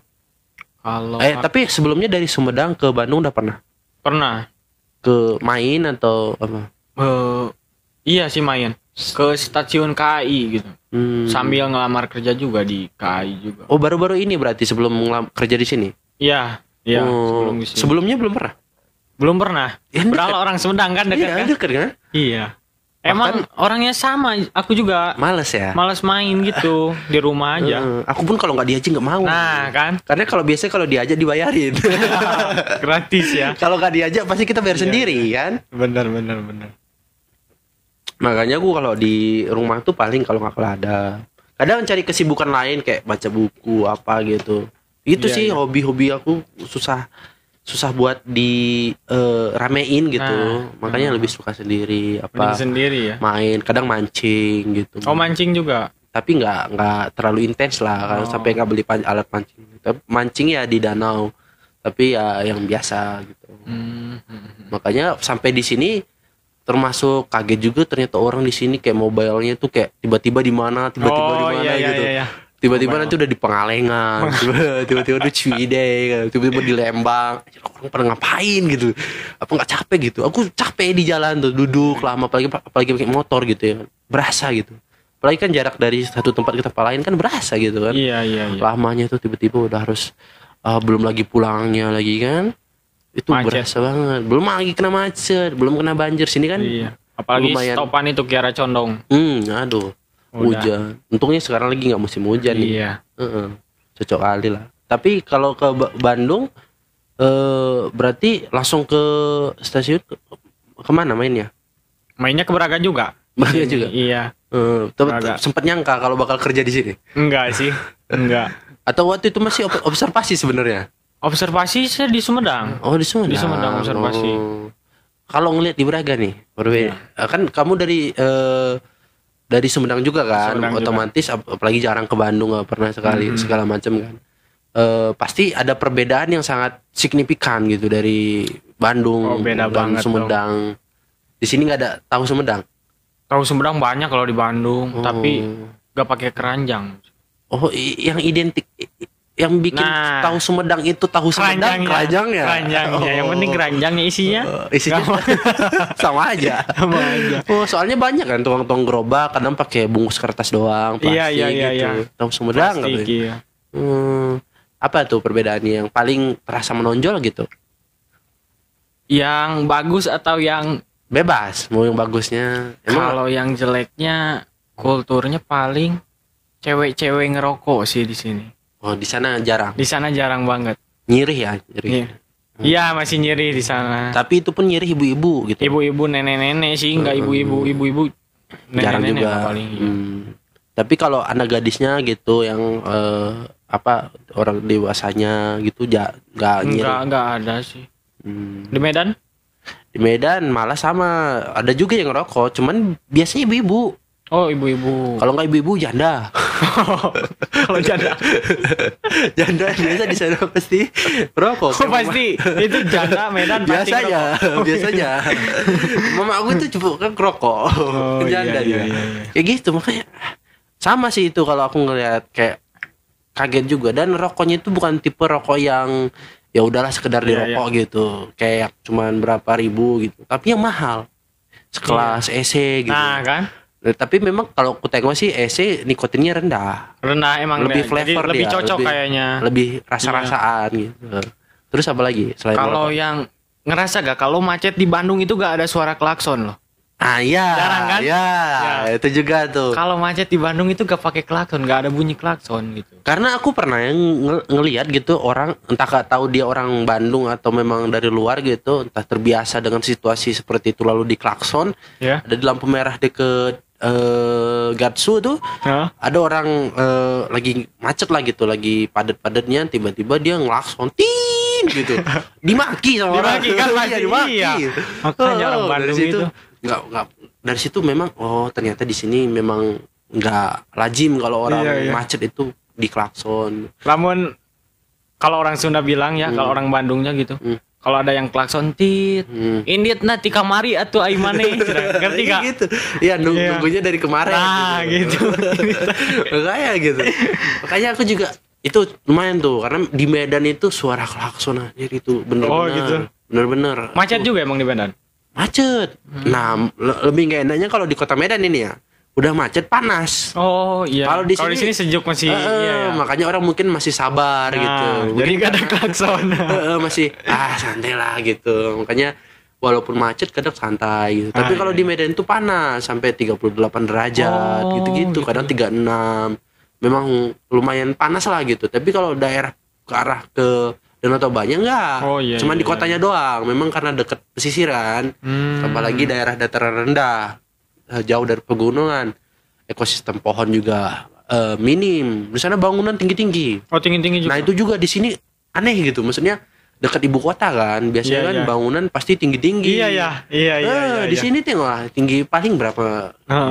Tapi sebelumnya dari Sumedang ke Bandung udah pernah? Pernah. Ke main atau apa? Iya sih main. Ke stasiun KAI gitu. Sambil ngelamar kerja juga di KAI juga. Oh baru-baru ini berarti sebelum kerja di sini? Iya. Sebelum di sini. Sebelumnya belum pernah? Belum pernah. Padahal orang Sumedang kan dekat kan? Dekat kan? Iya. Emang orangnya sama, aku juga males ya. Males main gitu di rumah aja. Aku pun kalau nggak diajak nggak mau. Nah kan? Karena biasanya kalau diajak dibayarin. Gratis ya. Kalau nggak diajak pasti kita bayar sendiri kan? Bener. Makanya aku kalau di rumah tuh paling kalau nggak ada. Kadang cari kesibukan lain kayak baca buku apa gitu. Itu sih hobi-hobi aku susah buat ramein gitu. Makanya lebih suka sendiri sendiri ya. Main, kadang mancing gitu. Oh, mancing juga. Tapi nggak terlalu intens lah kalau sampai nggak beli alat mancing. Tapi mancing ya di danau. Tapi ya yang biasa gitu. Makanya sampai di sini termasuk kaget juga ternyata orang di sini kayak mobilenya tuh kayak tiba-tiba di mana gitu. Iya. Tiba-tiba nanti udah di Pengalengan, tiba-tiba udah Ciwidey, tiba-tiba di Lembang. Orang pada ngapain gitu? Apa nggak capek gitu? Aku capek di jalan tuh, duduk lama, apalagi pakai motor gitu ya, berasa gitu. Apalagi kan jarak dari satu tempat ke tempat lain kan berasa gitu kan? Iya. Lamanya tuh tiba-tiba udah harus belum lagi pulangnya lagi kan? Itu macet. Berasa banget. Belum lagi kena macet, belum kena banjir sini kan? Iya. Apalagi lumayan. Stopan itu Kiara Condong. Aduh. Hujan. Untungnya sekarang lagi nggak musim hujan nih. Iya. Cocok kali lah. Tapi kalau ke Bandung, berarti langsung ke stasiun kemana mainnya? Mainnya ke Braga juga. Braga juga. Iya. Sempet nyangka kalau bakal kerja di sini? Enggak sih. Enggak. Atau waktu itu masih observasi sebenarnya? Observasi saya di Sumedang. Oh di Sumedang. Di Sumedang observasi. Kalau ngelihat di Braga nih, kan kamu dari Sumedang juga kan, otomatis apalagi jarang ke Bandung, nggak pernah sekali segala macam kan. Pasti ada perbedaan yang sangat signifikan gitu dari Bandung dan Sumedang. Di sini nggak ada tahu Sumedang. Tahu Sumedang banyak kalau di Bandung, tapi nggak pakai keranjang. Oh, yang identik, yang bikin tahu Sumedang itu tahu Sumedang keranjangnya. Yang penting keranjangnya isinya sama aja. Oh, soalnya banyak kan tukang gerobak kadang pakai bungkus kertas doang, plastik gitu. Tahu Sumedang plastik, iya. Apa tuh perbedaannya yang paling terasa menonjol gitu? Yang bagus atau yang bebas? Mau yang bagusnya. Kalau yang jeleknya kulturnya paling cewek-cewek ngerokok sih di sini. Oh, di sana jarang. Di sana jarang banget. Nyirih ya, Iya, masih nyirih di sana. Tapi itu pun nyirih ibu-ibu gitu. Ibu-ibu, nenek-nenek sih, enggak ibu-ibu jarang Nenek-nenek juga. paling, iya. Tapi kalau anak gadisnya gitu yang orang dewasanya gitu nggak nyeri. Enggak ada sih. Hmm. Di Medan? Di Medan malah sama, ada juga yang ngerokok, cuman biasanya ibu-ibu. Oh, ibu-ibu. Kalau nggak ibu-ibu janda. Kalau janda. Janda biasa di sana pasti rokok. Oh, pasti itu janda Medan pasti biasanya. Mama aku tuh coba kan rokok. Oh, Janda iya, dia. iya. Kayak gitu, makanya sama sih itu kalau aku ngelihat, kayak kaget juga. Dan rokoknya itu bukan tipe rokok yang ya udahlah sekedar dirokok gitu, kayak cuman berapa ribu gitu, tapi yang mahal sekelas EC gitu. Nah kan, tapi memang kalau aku tengok sih EC nikotinnya rendah emang lebih deh. flavor. Jadi lebih dia, cocok kayaknya. lebih rasa-rasaan gitu. Terus apa lagi selain Kalau rokok? yang ngerasa gak kalau macet di Bandung itu gak ada suara klakson loh. Iya, Jarang kan? ya, itu juga tuh. Kalau macet di Bandung itu gak pakai klakson, gak ada bunyi klakson gitu. Karena aku pernah yang ngelihat gitu orang, entah gak tahu dia orang Bandung atau memang dari luar gitu, entah terbiasa dengan situasi seperti itu lalu diklakson. Ya. Ada di lampu merah deket Gatsu tuh, ada orang lagi macet lah gitu, lagi padat-padatnya, tiba-tiba dia ngelakson, tin gitu, dimaki sama orang. Dimaki kan pasti, dimaki. iya. Makanya orang Bandung dari situ, itu. nggak dari situ memang ternyata di sini memang nggak lazim kalau orang macet itu diklakson. Namun kalau orang Sunda bilang ya, kalau orang Bandungnya gitu. Kalau ada yang klakson tit, indit nanti kamari atau aimane, ngerti gak? Gitu. Ya nunggunya dari kemarin. Nah, gitu. Makanya gitu. Makanya aku juga itu lumayan tuh, karena di Medan itu suara klakson aja itu bener-bener. Oh, gitu. Bener-bener. Macet juga emang di Medan. Macet. Nah, lebih gak enaknya kalau di kota Medan ini ya. Udah macet panas. Oh iya. Kalau di sini sejuk masih. Iya. Makanya orang mungkin masih sabar gitu. Jadi gak ada klakson. Masih santai lah gitu. Makanya walaupun macet kadang santai gitu. Tapi kalau di Medan itu panas sampai 38 derajat gitu-gitu. Kadang 36. Memang lumayan panas lah gitu. Tapi kalau daerah ke arah ke Danau Tobanya enggak. Cuma di kotanya doang. Memang karena dekat pesisiran. Apalagi daerah dataran rendah, jauh dari pegunungan, ekosistem pohon juga minim. Di sana bangunan tinggi-tinggi. Oh, tinggi-tinggi juga. Nah, itu juga di sini aneh gitu. Maksudnya dekat ibu kota kan, biasanya kan bangunan pasti tinggi-tinggi. Iya. Di sini tengok tinggi paling berapa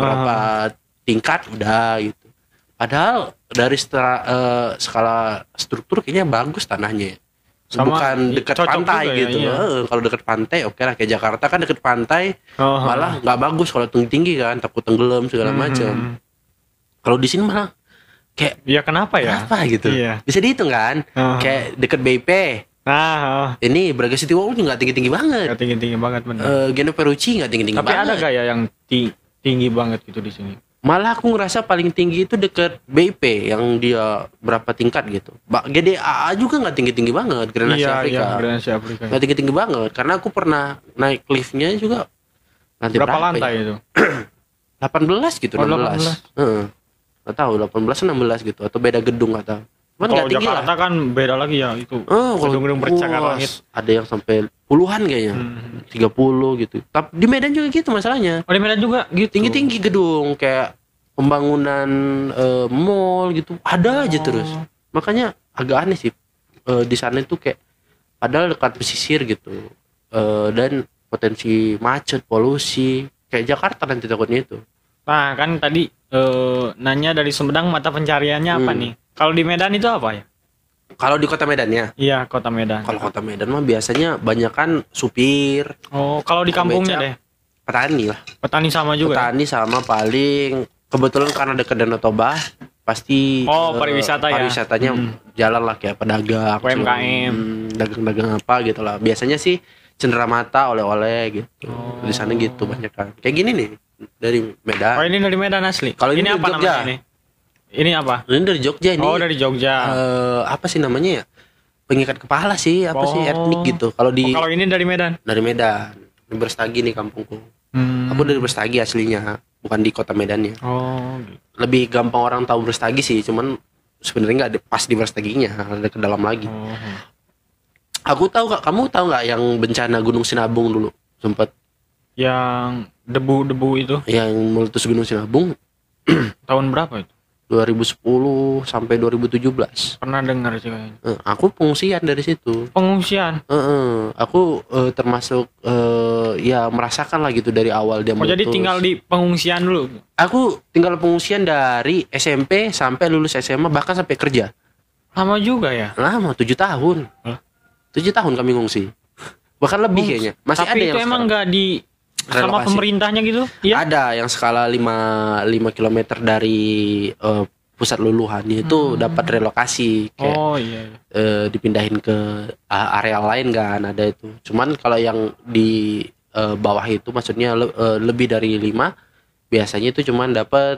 tingkat udah gitu. Padahal dari skala struktur kayaknya bagus tanahnya. Bukan dekat pantai gitu. Kalau dekat pantai oke lah, kayak Jakarta kan dekat pantai, malah nggak bagus kalau tinggi kan, takut tenggelam segala macam. Kalau di sini malah kayak kenapa ya? Kenapa gitu? Bisa dihitung kan? Kayak dekat BIP. Ini Braga City Walk nggak tinggi-tinggi banget. Nggak tinggi-tinggi banget benar. Geno Perucci nggak tinggi-tinggi banget. Tapi ada gak ya yang tinggi banget gitu di sini? Malah aku ngerasa paling tinggi itu deket BIP yang dia berapa tingkat gitu. GDAA juga nggak tinggi-tinggi banget, Grand Asia Afrika. Nggak tinggi-tinggi banget, karena aku pernah naik liftnya juga. Berapa lantai itu? 18 gitu, 16. Nggak tahu 18 16 gitu, atau beda gedung nggak tahu. Cuman kalau Jakarta kan beda lagi ya itu. Gedung-gedung bercakar langit. Ada yang sampai puluhan kayaknya. 30 gitu. Tapi di Medan juga gitu masalahnya. Oh, di Medan juga gitu. Tinggi-tinggi gedung kayak pembangunan mall gitu. Ada aja terus. Makanya agak aneh sih. Di sana itu kayak padahal dekat pesisir gitu. Dan potensi macet, polusi. Kayak Jakarta nanti takutnya itu. Nah, kan tadi nanya dari Sumedang mata pencariannya apa nih? Kalau di Medan itu apa ya? Kalau di kota Medannya? Iya, kota Medan. Kalau kota Medan mah biasanya banyak kan supir. Oh, kalau di kampungnya deh? Petani lah. Petani sama juga? Petani sama paling. Kebetulan karena dekat Danau Toba, pasti pariwisata pariwisatanya jalan lah, kayak pedagang, UMKM, dagang-dagang apa gitu lah. Biasanya sih cenderamata, oleh-oleh gitu. Di sana gitu banyak kan. Kayak gini nih dari Medan. Oh, ini dari Medan asli. Kalau ini apa Jogja. Namanya ini? Ini apa? Ini dari Jogja ini. Oh, dari Jogja. Apa sih namanya ya? Pengikat kepala sih, apa sih etnik gitu. Kalau ini dari Medan. Dari Medan. Di Berstagi nih kampungku. Aku dari Berstagi aslinya, bukan di kota Medannya. Oh, gitu. Lebih gampang orang tahu Berstagi sih, cuman sebenarnya nggak pas di Berstaginya, ada ke dalam lagi. Kamu tahu nggak yang bencana Gunung Sinabung dulu sempat Yang debu-debu itu yang meletus Gunung Sinabung tahun berapa itu? 2010 sampai 2017. Pernah dengar sih kayaknya. Aku pengungsian dari situ. Pengungsian. Aku termasuk ya merasakan lah gitu dari awal dia meletus. Jadi tinggal di pengungsian dulu. Aku tinggal pengungsian dari SMP sampai lulus SMA, bahkan sampai kerja. Lama juga ya? Lama, 7 tahun. 7 tahun kami ngungsi. Bahkan lebih kayaknya. Masih tapi ada itu yang emang nggak di sama relokasi. pemerintahnya gitu? Iya. Ada yang skala 5 km dari pusat luluhannya itu dapat relokasi kayak iya. dipindahin ke area lain kan, ada itu. Cuman kalau yang di bawah itu maksudnya lebih dari 5 biasanya itu cuman dapat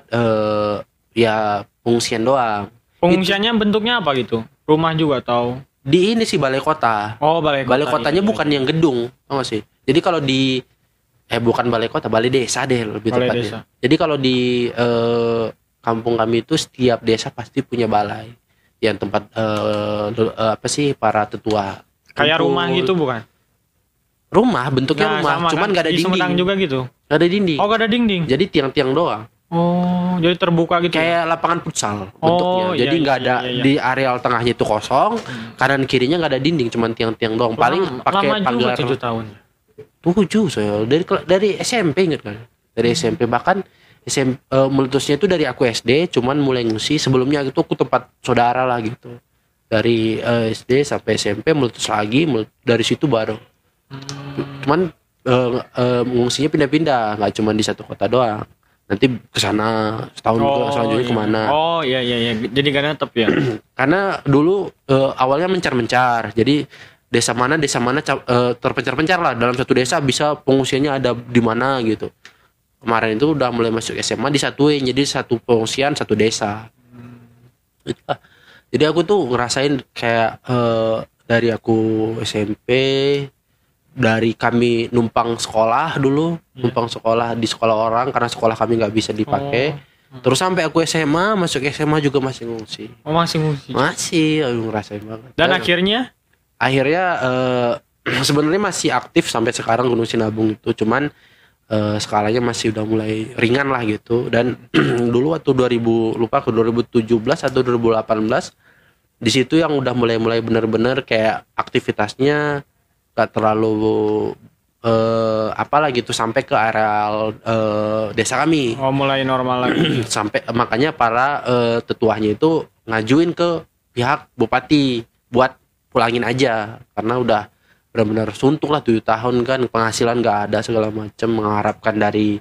ya pengungsian doang. Pengungsiannya bentuknya apa gitu? Rumah juga atau? Di ini sih balai kota. Oh, balai kota. Balai kotanya iya, bukan yang gedung, tau gak sih? Jadi kalau di bukan balai kota, balai desa deh lebih Balai tepatnya. desa. Jadi kalau di kampung kami itu setiap desa pasti punya balai yang tempat apa sih para tetua. Kayak rumah gitu bukan? Rumah, bentuknya rumah, sama cuman kan? gak ada Di Sumedang dinding. juga gitu. Gak ada dinding. Oh, gak ada dinding. Jadi tiang-tiang doang. Oh, jadi terbuka gitu. Kayak lapangan futsal bentuknya. iya, Jadi nggak iya, ada iya. di areal tengahnya itu kosong, kanan kirinya nggak ada dinding, cuman tiang-tiang doang. Paling pakai lama juga pagar. 7 tahun. 7 saya dari SMP inget kan. Dari SMP bahkan meletusnya itu dari aku SD, cuman mulai ngungsi. Sebelumnya itu aku tempat saudara lah gitu. Dari SD sampai SMP meletus lagi, dari situ baru. Cuman ngungsinya pindah-pindah, nggak cuman di satu kota doang. Nanti ke sana setahun selanjutnya iya. kemana. Oh iya. Jadi gak netep ya. Karena dulu awalnya mencar-mencar. Jadi desa mana terpencar-pencar lah. Dalam satu desa bisa pengungsiannya ada di mana gitu. Kemarin itu udah mulai masuk SMA disatuin. Jadi satu pengungsian satu desa. Jadi aku tuh ngerasain kayak dari aku SMP, dari kami numpang sekolah dulu, numpang sekolah di sekolah orang karena sekolah kami nggak bisa dipakai. Terus sampai aku SMA, masuk SMA juga masih ngungsi. Oh, masih ngungsi. Masih, aku ngerasain banget. Dan akhirnya sebenarnya masih aktif sampai sekarang Gunung Sinabung itu, cuman skalanya masih udah mulai ringan lah gitu. Dan dulu waktu 2017 atau 2018 di situ yang udah mulai bener-bener kayak aktivitasnya gak terlalu apalah gitu sampai ke areal desa kami. Oh, mulai normal lagi. Sampai makanya para tetuanya itu ngajuin ke pihak bupati buat pulangin aja karena udah benar-benar suntuk lah 7 tahun kan, penghasilan gak ada segala macam, mengharapkan dari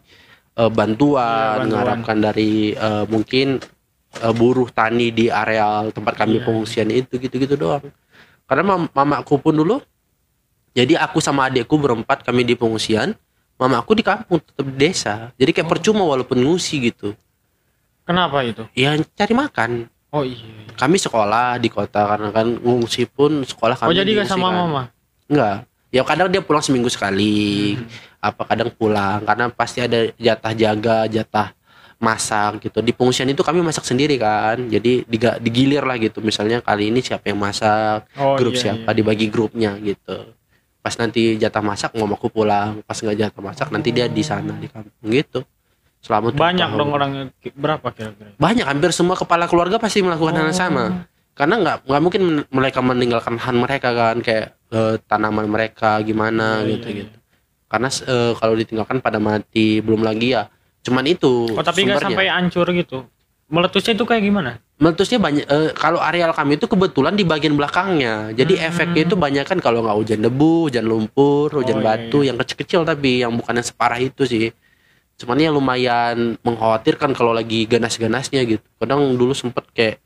bantuan, mengharapkan dari mungkin buruh tani di areal tempat kami pengungsian itu gitu-gitu doang. Karena mamaku pun dulu, jadi aku sama adikku berempat kami di pengungsian, mamaku di kampung tetap di desa. Jadi kayak percuma walaupun ngungsi gitu. Kenapa itu? Ya cari makan. Oh iya. Kami sekolah di kota karena kan ngungsi pun sekolah kami. Oh jadi gak sama mama? Enggak. Ya kadang dia pulang seminggu sekali. Apa kadang pulang karena pasti ada jatah jaga, jatah masak gitu. Di pengungsian itu kami masak sendiri kan. Jadi digilir lah gitu. Misalnya kali ini siapa yang masak, grup siapa dibagi grupnya gitu. Pas nanti jatah masak mamaku pulang, pas nggak jatah masak nanti dia di sana di kampung gitu. Selama banyak dong orangnya, berapa kira-kira? Banyak, hampir semua kepala keluarga pasti melakukan hal yang sama. Karena nggak mungkin mereka meninggalkan lahan mereka kan, kayak tanaman mereka gimana gitu. Karena kalau ditinggalkan pada mati, belum lagi ya cuman itu. Oh tapi nggak sampai hancur gitu. Meletusnya itu kayak gimana? Meletusnya banyak. Kalau areal kami itu kebetulan di bagian belakangnya, jadi efeknya itu banyak kan kalau nggak hujan debu, hujan lumpur, hujan batu yang kecil-kecil, tapi yang bukan yang separah itu sih. Cuman ya lumayan mengkhawatirkan kalau lagi ganas-ganasnya gitu. Kadang dulu sempet kayak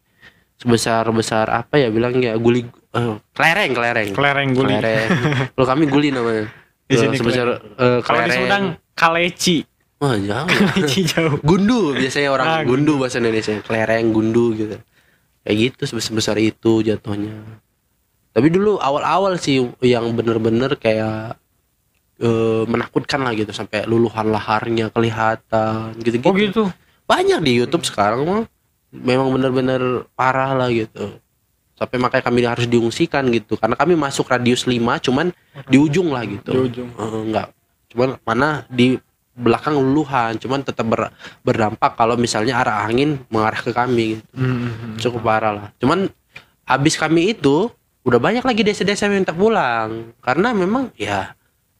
sebesar apa ya bilangnya kelereng guli. Kalau kami guli namanya. Sebesar kalau di Sumedang kaleci. Wah jauh. Jauh. Gundu biasanya orang gundu bahasa Indonesia, kelereng gundu gitu. Kayak gitu sebesar itu jatuhnya. Tapi dulu awal-awal sih yang bener-bener kayak menakutkan lah gitu, sampai luluhan laharnya kelihatan gitu-gitu. Oh gitu. Banyak di YouTube sekarang mah. Memang bener-bener parah lah gitu. Sampai makanya kami harus diungsikan gitu. Karena kami masuk radius 5 cuman di ujung lah gitu. Di ujung. cuman mana di belakang luluhan, cuman tetap berdampak kalau misalnya arah angin mengarah ke kami gitu. Cukup parah lah. Cuman habis kami itu udah banyak lagi desa-desa yang minta pulang karena memang ya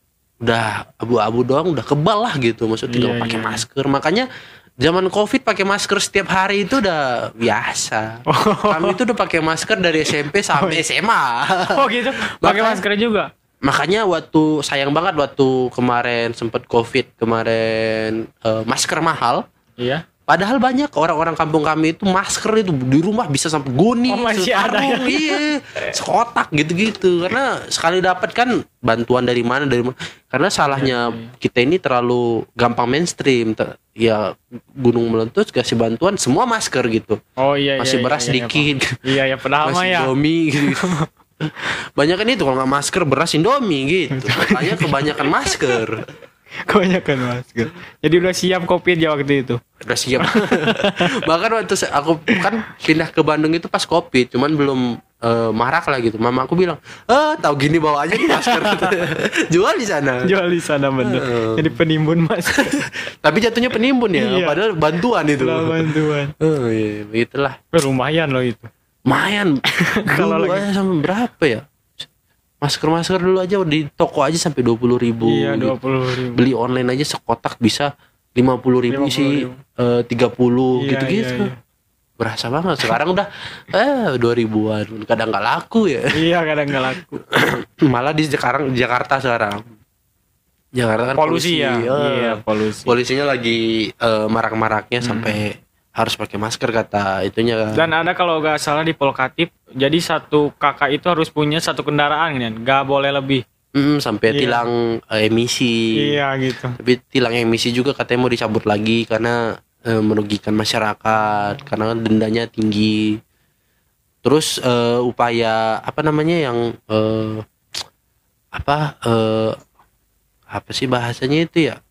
udah abu-abu doang, udah kebal lah gitu, maksudnya pakai masker. Makanya zaman Covid pakai masker setiap hari itu udah biasa. Kami itu udah pakai masker dari SMP sampai SMA. Oh gitu. Pakai masker juga. Makanya waktu sayang banget waktu kemarin sempat Covid kemarin masker mahal. Iya. Padahal banyak orang-orang kampung kami itu masker itu di rumah bisa sampai goni, sekarung, iya, sekotak gitu-gitu. Karena sekali dapat kan bantuan dari mana. Karena salahnya kita ini terlalu gampang mainstream. Ya gunung meletus kasih bantuan semua masker gitu. Oh iya. Masih beras sedikit. Iya padahal mah ya. Indomie gitu. Banyak kan itu kalau nggak masker beras Indomie gitu. Makanya kebanyakan masker. Kebanyakan masker. Jadi udah siap Covid ya waktu itu. Udah siap. Bahkan waktu aku kan pindah ke Bandung itu pas Covid, cuman belum marak lah gitu. Mama aku bilang, tahu gini bawa aja nih masker. Jual di sana. Jual di sana bener. Jadi penimbun masker. Tapi jatuhnya penimbun ya, iya. Padahal bantuan itu. Bantuan. Iya, begitulah. Lumayan loh itu. Lumayan. Kalau lagi sampai berapa ya? Masker dulu aja di toko aja sampai 20.000. Iya, 20.000. Beli online aja sekotak bisa 50.000 sih, 30 gitu-gitu. Iya. Berasa banget. Sekarang udah 2.000-an. Kadang nggak laku ya. Iya, kadang nggak laku. Malah di Jakarta sekarang. Jakarta kan polusi ya. Iya, polusi. Polisinya lagi marak-maraknya sampai harus pakai masker kata itunya kan. Dan ada kalau nggak salah di Polkatip, jadi satu kakak itu harus punya satu kendaraan kan, nggak boleh lebih. Sampai tilang emisi. Iya gitu. Tapi tilang emisi juga katanya mau dicabut lagi karena merugikan masyarakat, karena kan dendanya tinggi. Terus upaya apa namanya yang apa sih bahasanya itu ya?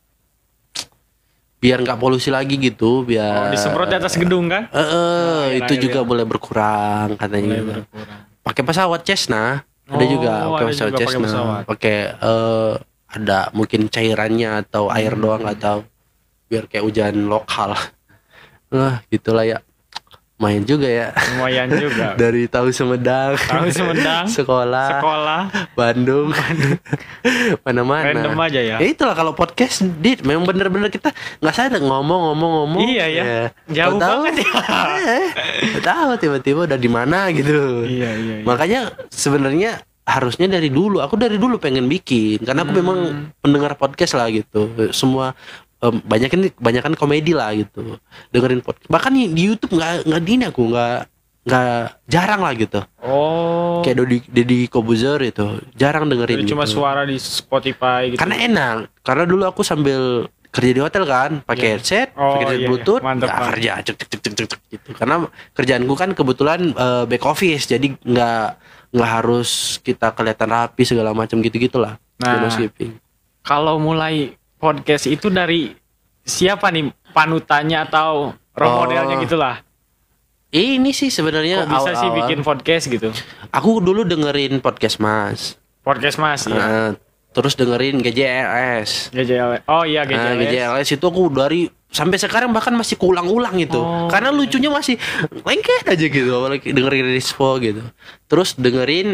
Biar nggak polusi lagi gitu, biar disemprot di atas gedung kan? Itu juga boleh berkurang katanya. Pakai pesawat Cessna, ada juga pakai pesawat Cessna. Pakai ada mungkin cairannya atau air doang nggak tahu. Biar kayak hujan lokal. Gitulah ya. Lumayan juga ya. Lumayan juga. Dari tahu Sumedang. Sekolah. Bandung. Mana-mana. Random aja ya. Ya itulah kalau podcast, memang bener-bener kita nggak sadar ngomong. Iya ya. Jauh banget ya. Tahu tiba-tiba udah di mana gitu. Iya. Makanya sebenarnya harusnya dari dulu. Aku dari dulu pengen bikin karena aku memang pendengar podcast lah gitu. Semua banyakan komedi lah gitu, dengerin podcast. Bahkan di YouTube nggak dini aku nggak jarang lah gitu. Kayak Deddy Kobuzer itu jarang dengerin. Jadi cuma suara di Spotify gitu. Karena enak, karena dulu aku sambil kerja di hotel kan, pakai headset, pakai headset Bluetooth, kerja cek gitu. Karena kerjaanku kan kebetulan back office, jadi nggak harus kita kelihatan rapi segala macam gitu-gitulah. Nah, kalau mulai podcast itu dari siapa nih panutannya atau role modelnya gitulah? Ini sih sebenarnya kok bisa sih bikin podcast gitu? Aku dulu dengerin podcast Mas. Ya. Terus dengerin GJLS. Oh iya GJLS. GJLS itu aku dari sampai sekarang bahkan masih kuulang-ulang itu. Karena lucunya masih lengket aja gitu, apalagi dengerin Rispo gitu. Terus dengerin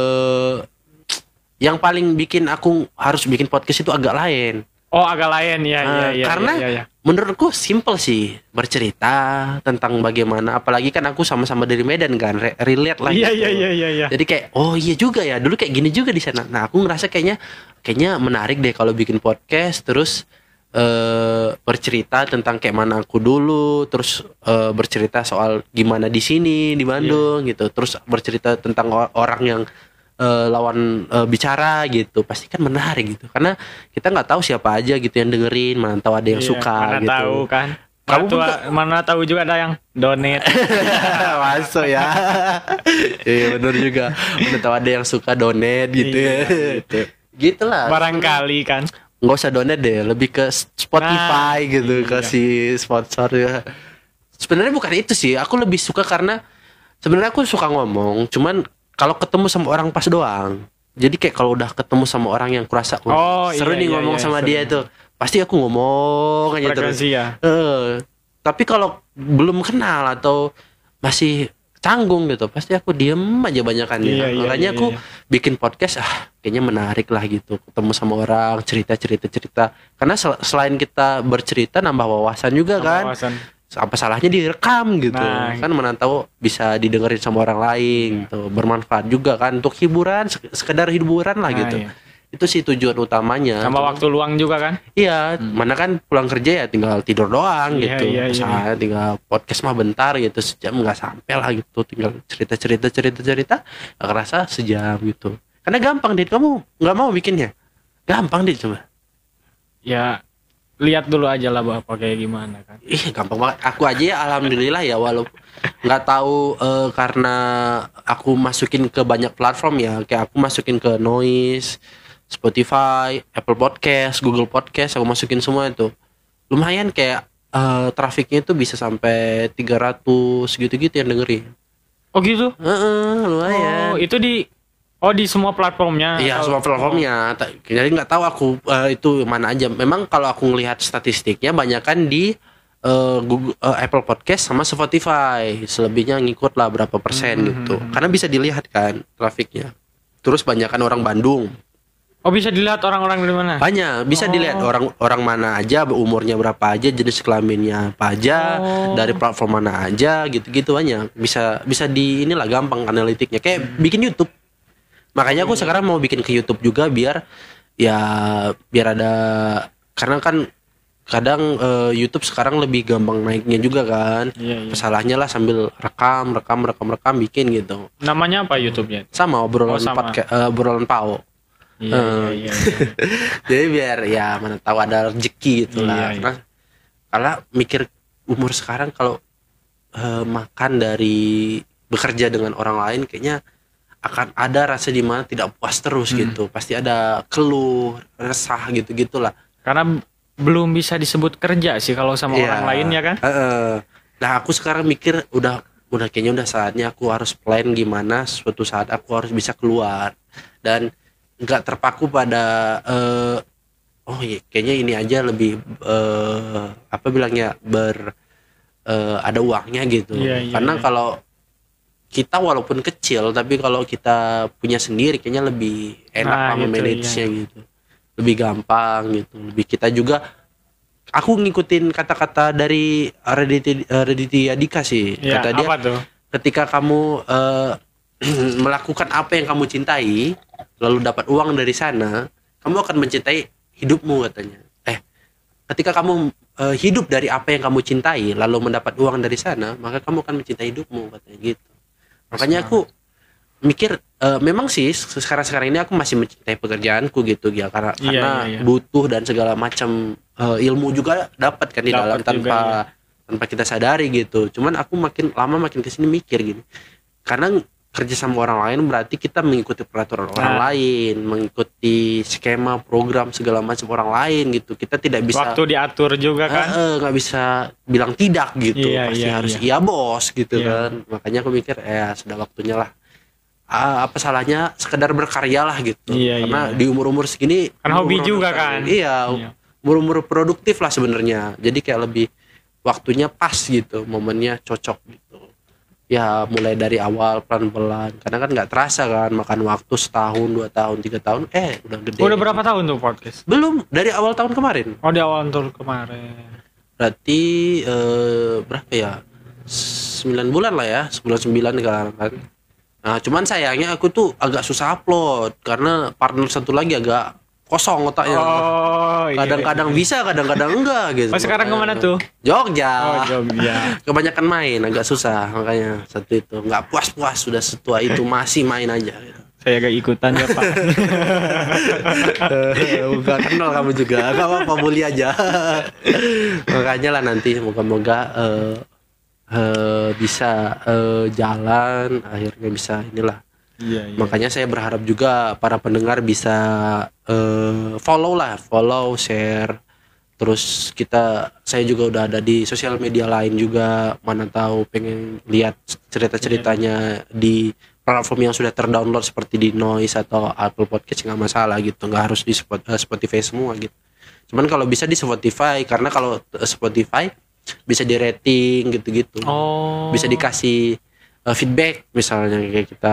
yang paling bikin aku harus bikin podcast itu Agak Lain. Agak lain ya. Karena menurutku simple sih bercerita tentang bagaimana, apalagi kan aku sama-sama dari Medan kan, relate lah. Iya. Jadi kayak iya juga ya, dulu kayak gini juga di sana. Nah aku ngerasa kayaknya menarik deh kalau bikin podcast, terus bercerita tentang kayak mana aku dulu, terus bercerita soal gimana di sini di Bandung gitu, terus bercerita tentang orang yang lawan bicara gitu, pasti kan menarik gitu, karena kita nggak tahu siapa aja gitu yang dengerin, mana tahu ada yang suka mana gitu. Tahu kan, mana tahu juga ada yang donate. Masuk ya. Iya benar juga, mana tahu ada yang suka donate gitu ya. Gitulah. Barangkali kan. Nggak usah donate deh, lebih ke Spotify gitu, kasih sponsor ya. Sebenarnya bukan itu sih, aku lebih suka karena sebenarnya aku suka ngomong, cuman kalau ketemu sama orang pas doang, Jadi kayak kalau udah ketemu sama orang yang kurasa seru nih ngomong sama dia itu, pasti aku ngomong aja terus. Ya. Tapi kalau belum kenal atau masih canggung gitu, pasti aku diem aja banyakan ya. Makanya aku bikin podcast, kayaknya menarik lah gitu, ketemu sama orang, cerita. Karena selain kita bercerita, nambah wawasan juga kan. Apa salahnya direkam gitu. Kan mana tahu bisa didengerin sama orang lain gitu. Bermanfaat juga kan untuk hiburan, sekedar hiburan lah gitu. Itu sih tujuan utamanya. Sama waktu luang juga kan? Iya, mana kan pulang kerja ya tinggal tidur doang gitu. Misalnya tinggal podcast mah bentar gitu, sejam nggak sampai lah gitu. Tinggal cerita, nggak kerasa sejam gitu. Karena gampang Dit, kamu nggak mau bikinnya? Gampang Dit coba. Ya, lihat dulu aja lah Bapak kayak gimana kan. Gampang banget. Aku aja ya alhamdulillah ya, walaupun nggak tahu karena aku masukin ke banyak platform ya. Kayak aku masukin ke Noise, Spotify, Apple Podcast, Google Podcast, aku masukin semua itu. Lumayan kayak trafiknya itu bisa sampai 300 gitu-gitu yang dengerin. Oh gitu? Lumayan. Itu di semua platformnya? Iya, semua platformnya. Jadi nggak tahu aku itu mana aja. Memang kalau aku ngelihat statistiknya banyakan di Google, Apple Podcast sama Spotify. Selebihnya ngikut lah berapa persen gitu. Karena bisa dilihat kan trafiknya. Terus banyakan orang Bandung. Oh, bisa dilihat orang-orang dari mana? Banyak, bisa dilihat orang mana aja, umurnya berapa aja, jenis kelaminnya apa aja, dari platform mana aja, gitu-gitu banyak. Bisa di inilah gampang analitiknya. Kayak bikin YouTube. Makanya aku sekarang mau bikin ke YouTube juga biar ada, karena kan kadang YouTube sekarang lebih gampang naiknya juga kan. Masalahnya lah sambil rekam bikin gitu. Namanya apa YouTube-nya? Sama obrolan obrolan Pao. Iya. Jadi biar ya mana tahu ada rezeki gitu lah. Karena mikir umur sekarang kalau makan dari bekerja dengan orang lain kayaknya akan ada rasa di mana tidak puas terus gitu. Pasti ada keluh, resah gitu-gitulah. Karena belum bisa disebut kerja sih kalau sama orang lain ya kan. Nah, aku sekarang mikir udah kayaknya udah saatnya aku harus plan gimana suatu saat aku harus bisa keluar dan nggak terpaku pada kayaknya ini aja lebih ada uangnya gitu. Karena kalau kita walaupun kecil tapi kalau kita punya sendiri kayaknya lebih enak memanagenya gitu. Lebih gampang gitu. Lebih kita juga, aku ngikutin kata-kata dari Raditya Dika sih. Kata dia, ketika kamu melakukan apa yang kamu cintai lalu dapat uang dari sana, kamu akan mencintai hidupmu katanya. Ketika kamu hidup dari apa yang kamu cintai lalu mendapat uang dari sana, maka kamu akan mencintai hidupmu katanya gitu. Makanya aku mikir memang sih sekarang ini aku masih mencintai pekerjaanku gitu ya, karena butuh dan segala macam ilmu juga dapat kan di dalam tanpa kita sadari gitu. Cuman aku makin lama makin kesini mikir gini, karena kerja sama orang lain berarti kita mengikuti peraturan orang lain, mengikuti skema program segala macam orang lain gitu. Kita tidak bisa waktu diatur juga kan, nggak bisa bilang tidak gitu. Pasti harus iya bos gitu kan. Makanya aku mikir sudah waktunya lah. Apa salahnya sekedar berkarya lah gitu. Karena di umur segini kan hobi juga kan. Umur produktif lah sebenarnya. Jadi kayak lebih waktunya pas gitu, momennya cocok gitu. Ya mulai dari awal pelan-pelan, karena kan nggak terasa kan, makan waktu setahun, 2 tahun, 3 tahun, udah gede. Udah berapa tahun tuh podcast? Belum, dari awal tahun kemarin. Di awal tahun kemarin. Berarti berapa ya? 9 bulan lah ya, 9 sekarang kan. Nah cuman sayangnya aku tuh agak susah upload, karena partner satu lagi agak kosong otaknya. Kadang-kadang bisa, kadang-kadang enggak gitu. Sekarang kemana tuh? Jogja. Jogja. Kebanyakan main, agak susah, makanya satu itu nggak puas-puas, sudah setua itu masih main aja gitu. Saya gak ikutan ya Pak. Gak kenal kamu juga, gak apa-apa, bully aja. Makanya lah nanti moga-moga bisa jalan, akhirnya bisa inilah. Makanya saya berharap juga para pendengar bisa follow, share. Terus saya juga udah ada di sosial media lain juga, mana tahu pengen lihat cerita-ceritanya di platform yang sudah terdownload seperti di Noise atau Apple Podcast nggak masalah gitu, nggak harus di Spotify semua gitu. Cuman kalau bisa di Spotify, karena kalau Spotify bisa di rating gitu-gitu, bisa dikasih feedback misalnya kayak kita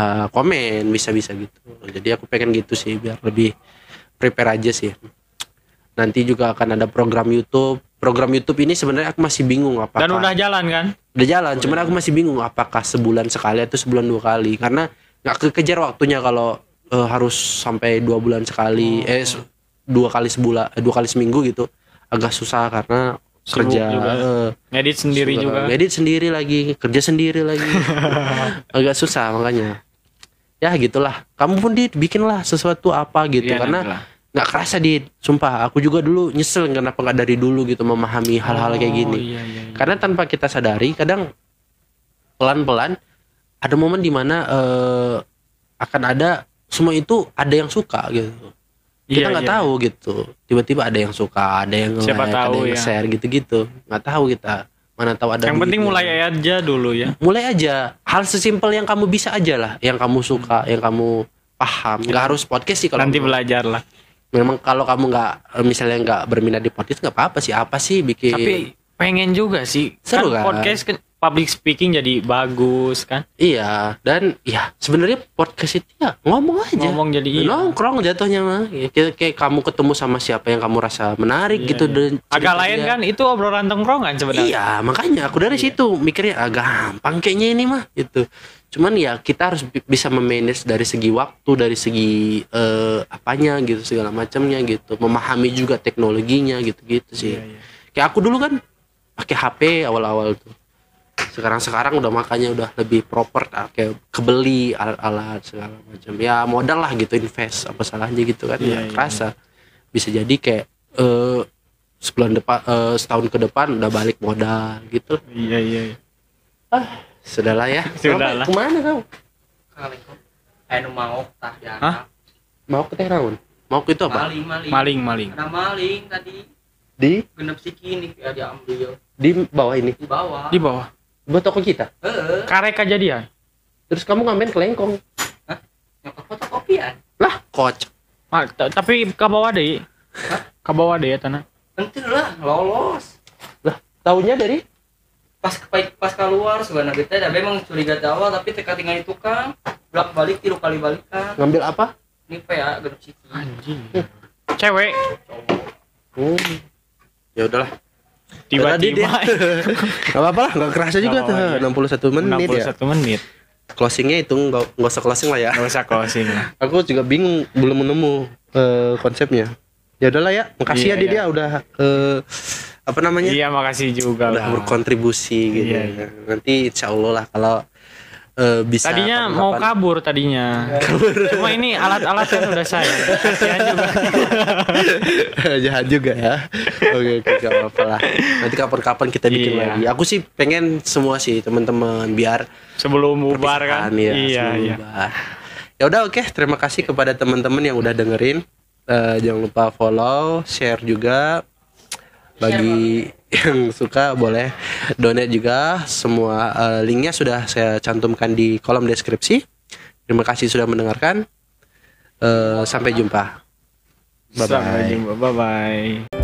komen bisa gitu. Jadi aku pengen gitu sih biar lebih prepare aja sih. Nanti juga akan ada program YouTube ini sebenarnya aku masih bingung apakah dan udah jalan kan? Udah jalan, cuman aku masih bingung apakah sebulan sekali atau sebulan 2 kali, karena nggak kekejar waktunya kalau harus sampai 2 bulan sekali, 2 kali sebulan, 2 kali seminggu gitu, agak susah karena kerja ngedit sendiri lagi, kerja sendiri lagi, agak susah makanya. Ya gitulah, kamu pun bikinlah sesuatu apa gitu, karena nggak kerasa sumpah aku juga dulu nyesel kenapa nggak dari dulu gitu memahami hal-hal kayak gini. Karena tanpa kita sadari kadang pelan-pelan ada momen dimana akan ada semua itu ada yang suka gitu, kita nggak tahu gitu, tiba-tiba ada yang suka, ada yang like, ada yang share gitu-gitu, nggak tahu kita, mana tahu ada yang penting mulai aja dulu ya, mulai aja hal sesimpel yang kamu bisa aja lah, yang kamu suka, yang kamu paham, nggak harus podcast sih kalau nanti belajar lah. Memang kalau kamu misalnya nggak berminat di podcast nggak apa-apa sih, apa sih bikin. Tapi pengen juga sih. Seru kan? Podcast kan public speaking jadi bagus kan? Iya, dan ya sebenarnya podcast itu ya ngomong aja. Ngomong jadi nongkrong jatuhnya mah. Ya, kayak kamu ketemu sama siapa yang kamu rasa menarik gitu. Dan agak lain kan itu obrolan tongkrongan sebenarnya. Iya, makanya aku dari situ mikirnya agak gampang kayaknya ini mah gitu. Cuman ya kita harus bisa memanage dari segi waktu, dari segi apanya gitu, segala macamnya gitu, memahami juga teknologinya gitu-gitu sih. Kayak aku dulu kan pakai HP awal-awal tuh, sekarang udah makanya udah lebih proper, kayak kebeli alat-alat segala macam ya, modal lah gitu, invest, apa salahnya gitu kan. Kerasa bisa jadi kayak setahun ke depan udah balik modal gitu. Sudahlah ya. Sudahlah. Kemana kau? Mau tah ya. Mau ke Teraun. Mau ke itu apa? Maling. Ada maling tadi. Di genep sikini ya diambil. Di bawah ini. Di bawah. Buat toko kita. Karek kejadian. Terus kamu ngambil kelengkong. Hah? Nyokap fotokopian. Lah, kocak. Tapi ke bawah deh. Ke bawah deh ya tanah. Nanti lah lolos. Lah, taunya dari pas keluar sebenarnya kita ada memang curiga awal, tapi teka tinggal di tukang bolak balik 3 kali balikan. Ngambil apa? Ini ya genep siki. Anjing. Cewek. Ya udahlah. Tiba-tiba. Gak apa-apa lah, gak kerasa juga tuh. 61 menit ya. 61 menit. Closingnya itu nggak usah closing lah ya. Nggak usah closing lah. Aku juga bingung, belum menemu konsepnya. Ya udahlah ya, makasih ya dia udah apa namanya? Iya, makasih juga udah berkontribusi gitu. Nanti insya Allah lah kalau bisa. Tadinya mau kabur tadinya. Cuma ini alat-alatnya udah saya. Kasihan juga. Jahat juga ya. Oke, gak apa-apa lah. Nanti kapan-kapan kita bikin lagi. Aku sih pengen semua sih teman-teman biar sebelum bubar kan. Iya. Ya udah, oke. Terima kasih kepada teman-teman yang udah dengerin. Jangan lupa follow, share juga. Bagi yang suka boleh donate juga. Semua linknya sudah saya cantumkan di kolom deskripsi. Terima kasih sudah mendengarkan. Sampai jumpa. Bye bye.